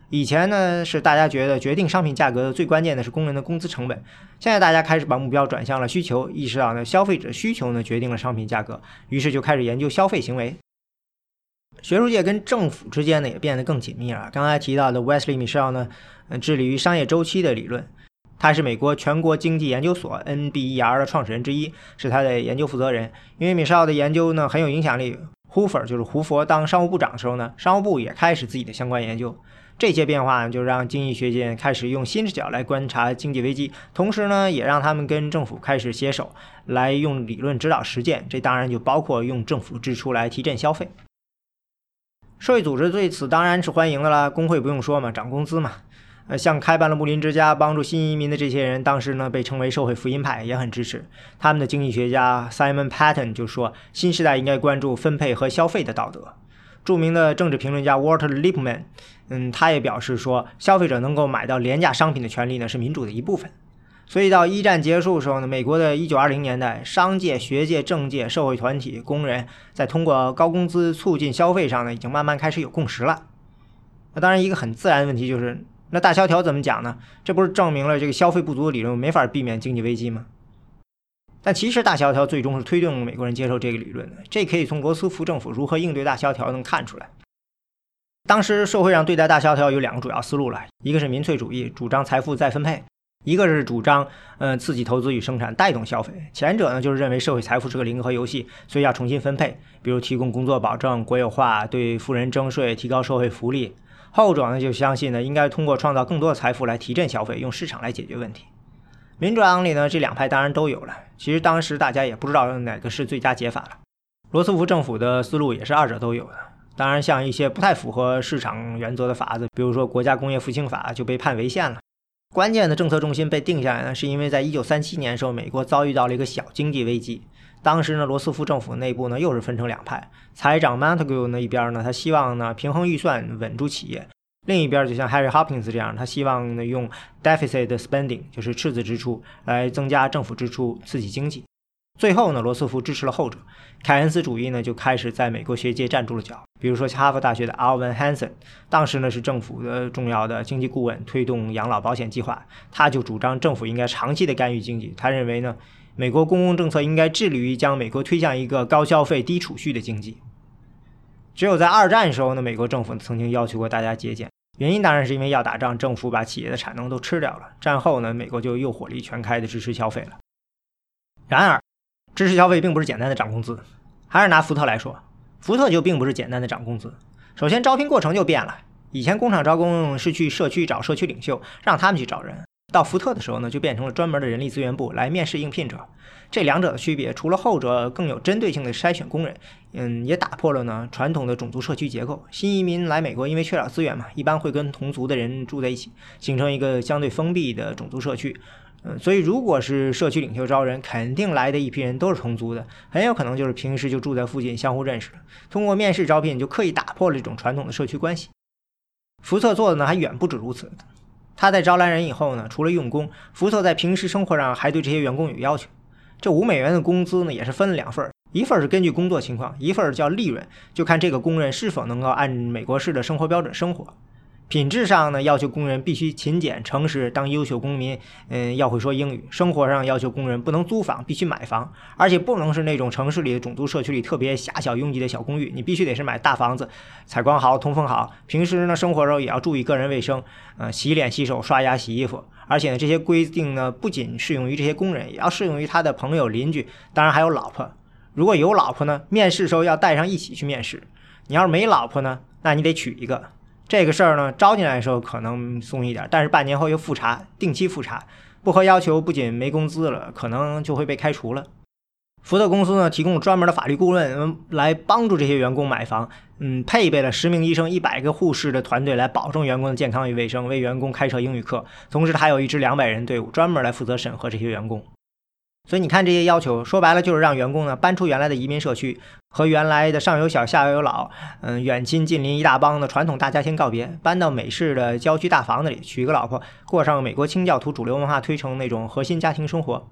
A: 以前呢是大家觉得决定商品价格的最关键的是工人的工资成本，现在大家开始把目标转向了需求，意识到呢消费者需求呢决定了商品价格，于是就开始研究消费行为。学术界跟政府之间呢也变得更紧密了。刚才提到的 Wesley Mitchell 呢，致力于商业周期的理论，他是美国全国经济研究所 N B E R 的创始人之一，是他的研究负责人。因为 Mitchell 的研究呢很有影响力，胡佛就是胡佛当商务部长的时候呢，商务部也开始自己的相关研究。这些变化就让经济学界开始用新视角来观察经济危机，同时呢，也让他们跟政府开始携手来用理论指导实践。这当然就包括用政府支出来提振消费。社会组织对此当然是欢迎的啦，工会不用说嘛，涨工资嘛。呃，像开办了睦邻之家帮助新移民的这些人，当时呢被称为社会福音派，也很支持。他们的经济学家 Simon Patten 就说，新时代应该关注分配和消费的道德。著名的政治评论家 Walter Lippmann， 嗯，他也表示说，消费者能够买到廉价商品的权利呢是民主的一部分。所以到一战结束的时候呢，美国的一九二零年代，商界、学界、政界、社会团体、工人在通过高工资促进消费上呢，已经慢慢开始有共识了。那当然，一个很自然的问题就是，那大萧条怎么讲呢？这不是证明了这个消费不足的理论没法避免经济危机吗？但其实大萧条最终是推动美国人接受这个理论的，这可以从罗斯福政府如何应对大萧条能看出来。当时社会上对待大萧条有两个主要思路了，一个是民粹主义，主张财富再分配，一个是主张呃刺激投资与生产，带动消费。前者呢就是认为社会财富是个零和游戏，所以要重新分配，比如提供工作保证、国有化、对富人征税、提高社会福利。后者呢就相信呢应该通过创造更多的财富来提振消费，用市场来解决问题。民主党里呢这两派当然都有了，其实当时大家也不知道哪个是最佳解法了。罗斯福政府的思路也是二者都有的。当然像一些不太符合市场原则的法子，比如说国家工业复兴法就被判违宪了。关键的政策重心被定下来呢，是因为在一九三七年的时候，美国遭遇到了一个小经济危机。当时呢，罗斯福政府内部呢又是分成两派，财长 Montague 那一边呢，他希望呢平衡预算，稳住企业；另一边就像 Harry Hopkins 这样，他希望呢用 deficit spending， 就是赤字支出来增加政府支出，刺激经济。最后呢，罗斯福支持了后者，凯恩斯主义呢就开始在美国学界站住了脚。比如说哈佛大学的 Alvin Hansen， 当时呢是政府的重要的经济顾问，推动养老保险计划，他就主张政府应该长期的干预经济。他认为呢，美国公共政策应该致力于将美国推向一个高消费、低储蓄的经济。只有在二战的时候呢，美国政府曾经要求过大家节俭，原因当然是因为要打仗，政府把企业的产能都吃掉了。战后呢，美国就又火力全开的支持消费了。然而支持消费并不是简单的涨工资，还是拿福特来说，福特就并不是简单的涨工资。首先招聘过程就变了，以前工厂招工是去社区找社区领袖，让他们去找人，到福特的时候呢，就变成了专门的人力资源部来面试应聘者。这两者的区别，除了后者更有针对性的筛选工人，嗯，也打破了呢传统的种族社区结构。新移民来美国因为缺少资源嘛，一般会跟同族的人住在一起，形成一个相对封闭的种族社区。嗯，所以如果是社区领袖招人，肯定来的一批人都是同族的，很有可能就是平时就住在附近，相互认识的。通过面试招聘就刻意打破了这种传统的社区关系。福特做的呢还远不止如此，他在招来人以后呢，除了用工，福特在平时生活上还对这些员工有要求。这五美元的工资呢也是分了两份，一份是根据工作情况，一份叫利润，就看这个工人是否能够按美国式的生活标准生活。品质上呢，要求工人必须勤俭诚实，当优秀公民，嗯，要会说英语。生活上要求工人不能租房，必须买房，而且不能是那种城市里的种族社区里特别狭小拥挤的小公寓，你必须得是买大房子，采光好，通风好。平时呢，生活时候也要注意个人卫生，呃，洗脸、洗手、刷牙、洗衣服。而且呢，这些规定呢，不仅适用于这些工人，也要适用于他的朋友、邻居，当然还有老婆。如果有老婆呢，面试时候要带上一起去面试。你要是没老婆呢，那你得娶一个。这个事儿呢，招进来的时候可能松一点，但是半年后又复查，定期复查，不合要求不仅没工资了，可能就会被开除了。福特公司呢，提供专门的法律顾问、嗯、来帮助这些员工买房，嗯，配备了十名医生、一百个护士的团队来保证员工的健康与卫生，为员工开设英语课，同时还有一支两百人队伍专门来负责审核这些员工。所以你看这些要求，说白了就是让员工呢搬出原来的移民社区，和原来的上有小下有老，嗯，远亲近邻一大帮的传统大家庭告别，搬到美式的郊区大房子里，娶一个老婆，过上美国清教徒主流文化推崇那种核心家庭生活。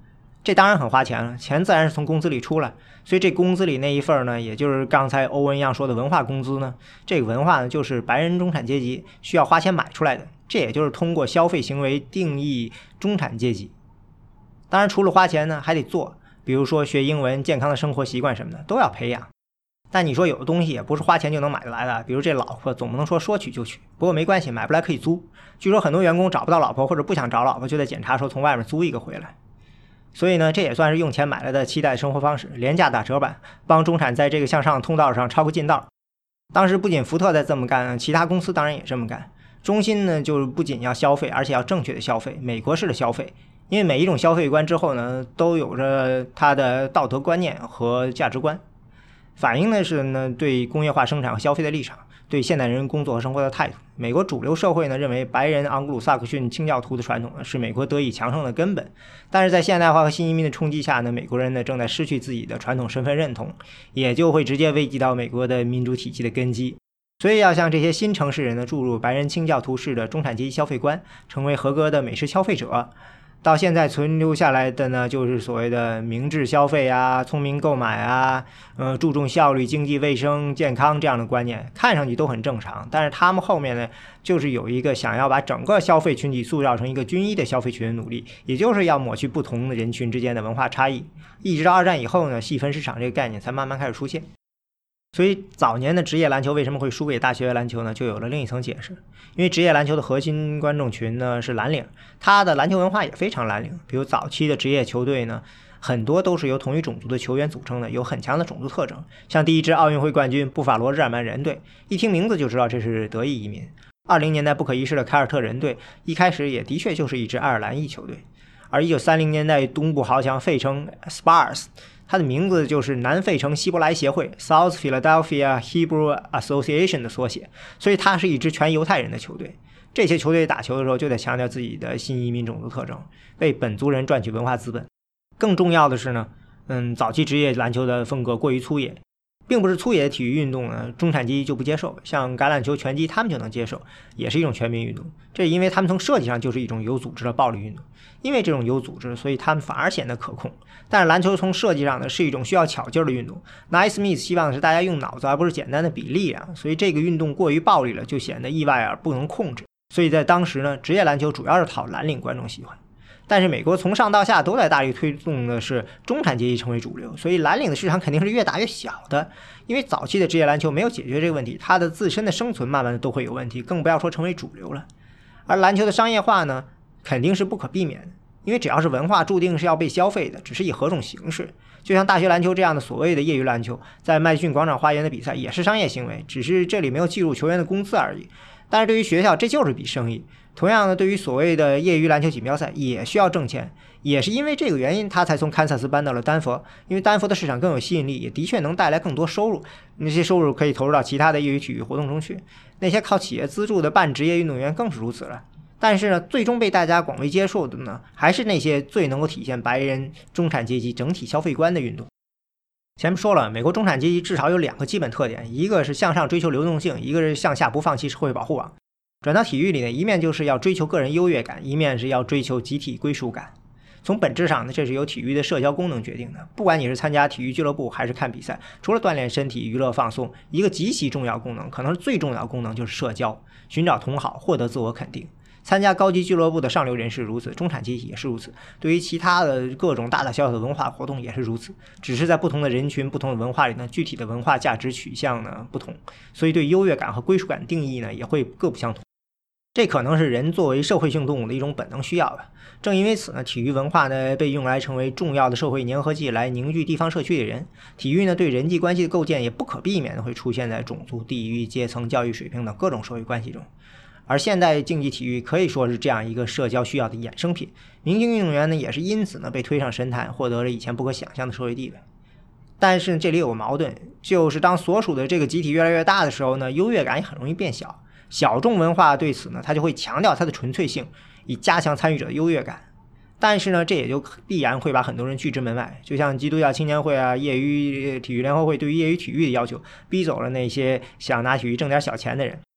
A: 这当然很花钱了，钱自然是从工资里出来，所以这工资里那一份呢，也就是刚才欧文一样说的文化工资呢，这个文化呢，就是白人中产阶级需要花钱买出来的，这也就是通过消费行为定义中产阶级。当然除了花钱呢，还得做，比如说学英文、健康的生活习惯什么的都要培养。但你说有的东西也不是花钱就能买得来的，比如这老婆总不能说说娶就娶，不过没关系，买不来可以租。据说很多员工找不到老婆或者不想找老婆，就在检查时候从外面租一个回来。所以呢，这也算是用钱买来的期待生活方式，廉价打折版，帮中产在这个向上通道上超个近道。当时不仅福特在这么干，其他公司当然也这么干。中芯呢，就是不仅要消费，而且要正确的消费，美国式的消费。因为每一种消费观之后呢，都有着它的道德观念和价值观，反映的是呢对工业化生产和消费的立场，对现代人工作和生活的态度。美国主流社会呢认为白人盎格鲁撒克逊清教徒的传统呢是美国得以强盛的根本，但是在现代化和新移民的冲击下呢，美国人呢正在失去自己的传统身份认同，也就会直接危及到美国的民主体系的根基。所以要向这些新城市人呢注入白人清教徒式的中产阶级消费观，成为合格的美式消费者。到现在存留下来的呢，就是所谓的明智消费啊、聪明购买啊、呃注重效率、经济、卫生、健康这样的观念，看上去都很正常。但是他们后面呢，就是有一个想要把整个消费群体塑造成一个均一的消费群的努力，也就是要抹去不同的人群之间的文化差异。一直到二战以后呢，细分市场这个概念才慢慢开始出现。所以早年的职业篮球为什么会输给大学篮球呢？就有了另一层解释。因为职业篮球的核心观众群呢是蓝领，他的篮球文化也非常蓝领。比如早期的职业球队呢，很多都是由同一种族的球员组成的，有很强的种族特征。像第一支奥运会冠军布法罗日耳曼人队，一听名字就知道这是德裔移民。二零年代不可一世的凯尔特人队，一开始也的确就是一支爱尔兰裔球队。而一九三零年代东部豪强费城 Spurs，它的名字就是南费城希伯来协会 South Philadelphia Hebrew Association 的缩写，所以它是一支全犹太人的球队。这些球队打球的时候就得强调自己的新移民种族特征，为本族人赚取文化资本。更重要的是呢，嗯，早期职业篮球的风格过于粗野，并不是粗野的体育运动呢，中产阶级就不接受，像橄榄球、拳击他们就能接受，也是一种全民运动。这是因为他们从设计上就是一种有组织的暴力运动，因为这种有组织，所以他们反而显得可控。但是篮球从设计上呢，是一种需要巧劲的运动。奈斯密斯希望的是大家用脑子，而不是简单的比力量，所以这个运动过于暴力了，就显得意外而不能控制。所以在当时呢，职业篮球主要是讨蓝领观众喜欢。但是美国从上到下都在大力推动的是中产阶级成为主流，所以蓝领的市场肯定是越打越小的。因为早期的职业篮球没有解决这个问题，它的自身的生存慢慢的都会有问题，更不要说成为主流了。而篮球的商业化呢，肯定是不可避免的，因为只要是文化注定是要被消费的，只是以何种形式。就像大学篮球这样的所谓的业余篮球，在麦迪逊广场花园的比赛也是商业行为，只是这里没有计入球员的工资而已。但是对于学校，这就是笔生意。同样的，对于所谓的业余篮球锦标赛也需要挣钱，也是因为这个原因，他才从堪萨斯搬到了丹佛。因为丹佛的市场更有吸引力，也的确能带来更多收入，那些收入可以投入到其他的业余体育活动中去。那些靠企业资助的半职业运动员更是如此了。但是呢，最终被大家广为接受的呢，还是那些最能够体现白人中产阶级整体消费观的运动。前面说了，美国中产阶级至少有两个基本特点，一个是向上追求流动性，一个是向下不放弃社会保护网。转到体育里呢，一面就是要追求个人优越感，一面是要追求集体归属感。从本质上呢，这是由体育的社交功能决定的。不管你是参加体育俱乐部还是看比赛，除了锻炼身体、娱乐放松，一个极其重要功能，可能是最重要的功能就是社交，寻找同好，获得自我肯定。参加高级俱乐部的上流人士如此，中产阶级也是如此，对于其他的各种大大小小的文化活动也是如此，只是在不同的人群、不同的文化里呢，具体的文化价值取向呢不同，所以对优越感和归属感定义呢也会各不相同。这可能是人作为社会性动物的一种本能需要的。正因为此呢，体育文化呢被用来成为重要的社会粘合剂，来凝聚地方社区的人。体育呢对人际关系的构建也不可避免的会出现在种族、地域、阶层、教育水平等各种社会关系中。而现代竞技体育可以说是这样一个社交需要的衍生品，明星运动员呢也是因此呢被推上神坛，获得了以前不可想象的社会地位。但是这里有个矛盾，就是当所属的这个集体越来越大的时候呢，优越感也很容易变小。小众文化对此呢，它就会强调它的纯粹性，以加强参与者的优越感。但是呢，这也就必然会把很多人拒之门外，就像基督教青年会啊、业余体育联合会对于业余体育的要求，逼走了那些想拿体育挣点小钱的人。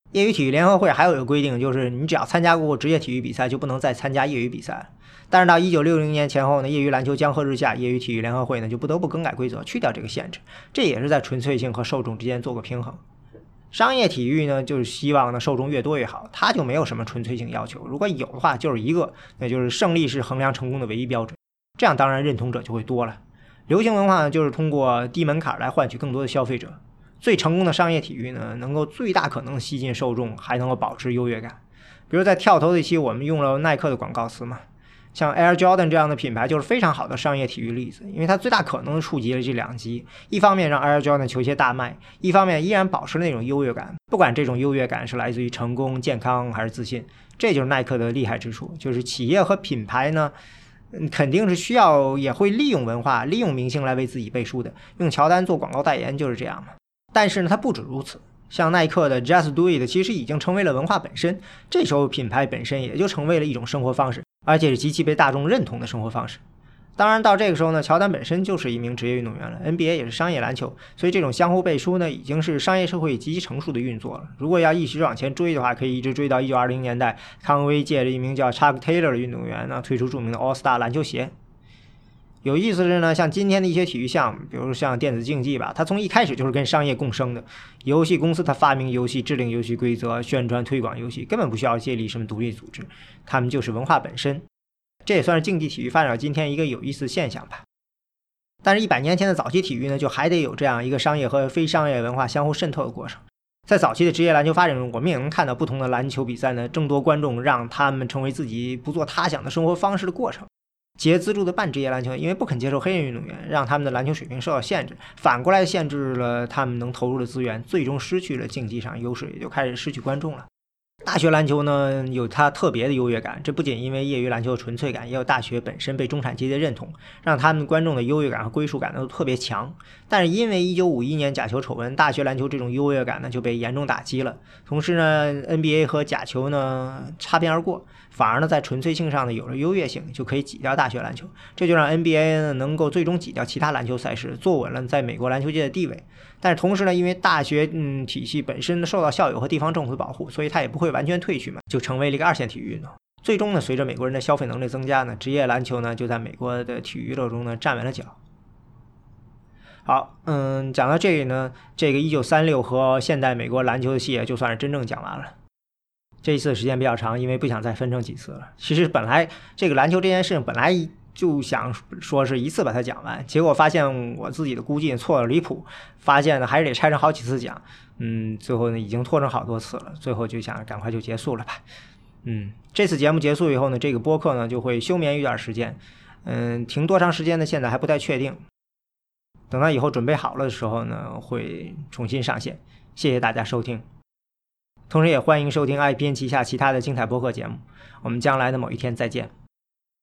A: 业余体育联合会还有一个规定，就是你只要参加过职业体育比赛，就不能再参加业余比赛。但是到一九六零年前后呢，业余篮球江河日下，业余体育联合会呢就不得不更改规则，去掉这个限制。这也是在纯粹性和受众之间做个平衡。商业体育呢，就是希望呢受众越多越好，它就没有什么纯粹性要求。如果有的话，就是一个，那就是胜利是衡量成功的唯一标准。这样当然认同者就会多了。流行文化呢，就是通过低门槛来换取更多的消费者。最成功的商业体育呢，能够最大可能吸引受众，还能够保持优越感。比如在跳投的一期，我们用了耐克的广告词嘛。像 Air Jordan 这样的品牌就是非常好的商业体育例子，因为它最大可能触及了这两极，一方面让 Air Jordan 球鞋大卖，一方面依然保持那种优越感，不管这种优越感是来自于成功、健康还是自信，这就是耐克的厉害之处。就是企业和品牌呢，肯定是需要也会利用文化、利用明星来为自己背书的，用乔丹做广告代言就是这样嘛。但是呢，它不止如此。像耐克的 Just Do It 其实已经成为了文化本身，这时候品牌本身也就成为了一种生活方式，而且是极其被大众认同的生活方式。当然到这个时候呢，乔丹本身就是一名职业运动员了， N B A 也是商业篮球，所以这种相互背书呢，已经是商业社会极其成熟的运作了。如果要一直往前追的话，可以一直追到一九二零年代，康威借着一名叫 Chuck Taylor 的运动员呢，推出著名的 All Star 篮球鞋。有意思的是呢，像今天的一些体育项目，比如像电子竞技吧，它从一开始就是跟商业共生的。游戏公司它发明游戏、制定游戏规则、宣传推广游戏，根本不需要建立什么独立组织，他们就是文化本身。这也算是竞技体育发展到今天一个有意思的现象吧。但是，一百年前的早期体育呢，就还得有这样一个商业和非商业文化相互渗透的过程。在早期的职业篮球发展中，我们也能看到不同的篮球比赛呢，争夺观众，让他们成为自己不做他想的生活方式的过程。企业资助的半职业篮球，因为不肯接受黑人运动员，让他们的篮球水平受到限制，反过来限制了他们能投入的资源，最终失去了竞技上优势，也就开始失去观众了。大学篮球呢，有它特别的优越感，这不仅因为业余篮球的纯粹感，也有大学本身被中产阶级认同，让他们观众的优越感和归属感都特别强。但是因为一九五一年假球丑闻，大学篮球这种优越感呢就被严重打击了。同时呢 N B A 和假球呢擦边而过，反而呢在纯粹性上呢有了优越性，就可以挤掉大学篮球，这就让 N B A 呢能够最终挤掉其他篮球赛事，坐稳了在美国篮球界的地位。但是同时呢，因为大学嗯体系本身受到校友和地方政府的保护，所以它也不会完全退去嘛，就成为了一个二线体育运动。最终呢，随着美国人的消费能力增加呢，职业篮球呢就在美国的体育娱乐中呢站稳了脚。好，嗯，讲到这里呢，这个一九三六和现代美国篮球的系列就算是真正讲完了。这一次时间比较长，因为不想再分成几次了。其实本来这个篮球这件事情本来就想说是一次把它讲完，结果发现我自己的估计错了离谱，发现呢还是得拆成好几次讲。嗯，最后呢已经拖成好多次了，最后就想赶快就结束了吧。嗯，这次节目结束以后呢，这个播客呢就会休眠一段时间。嗯，停多长时间呢？现在还不太确定。等到以后准备好了的时候呢，会重新上线。谢谢大家收听，同时也欢迎收听 I P N 旗下其他的精彩播客节目。我们将来的某一天再见。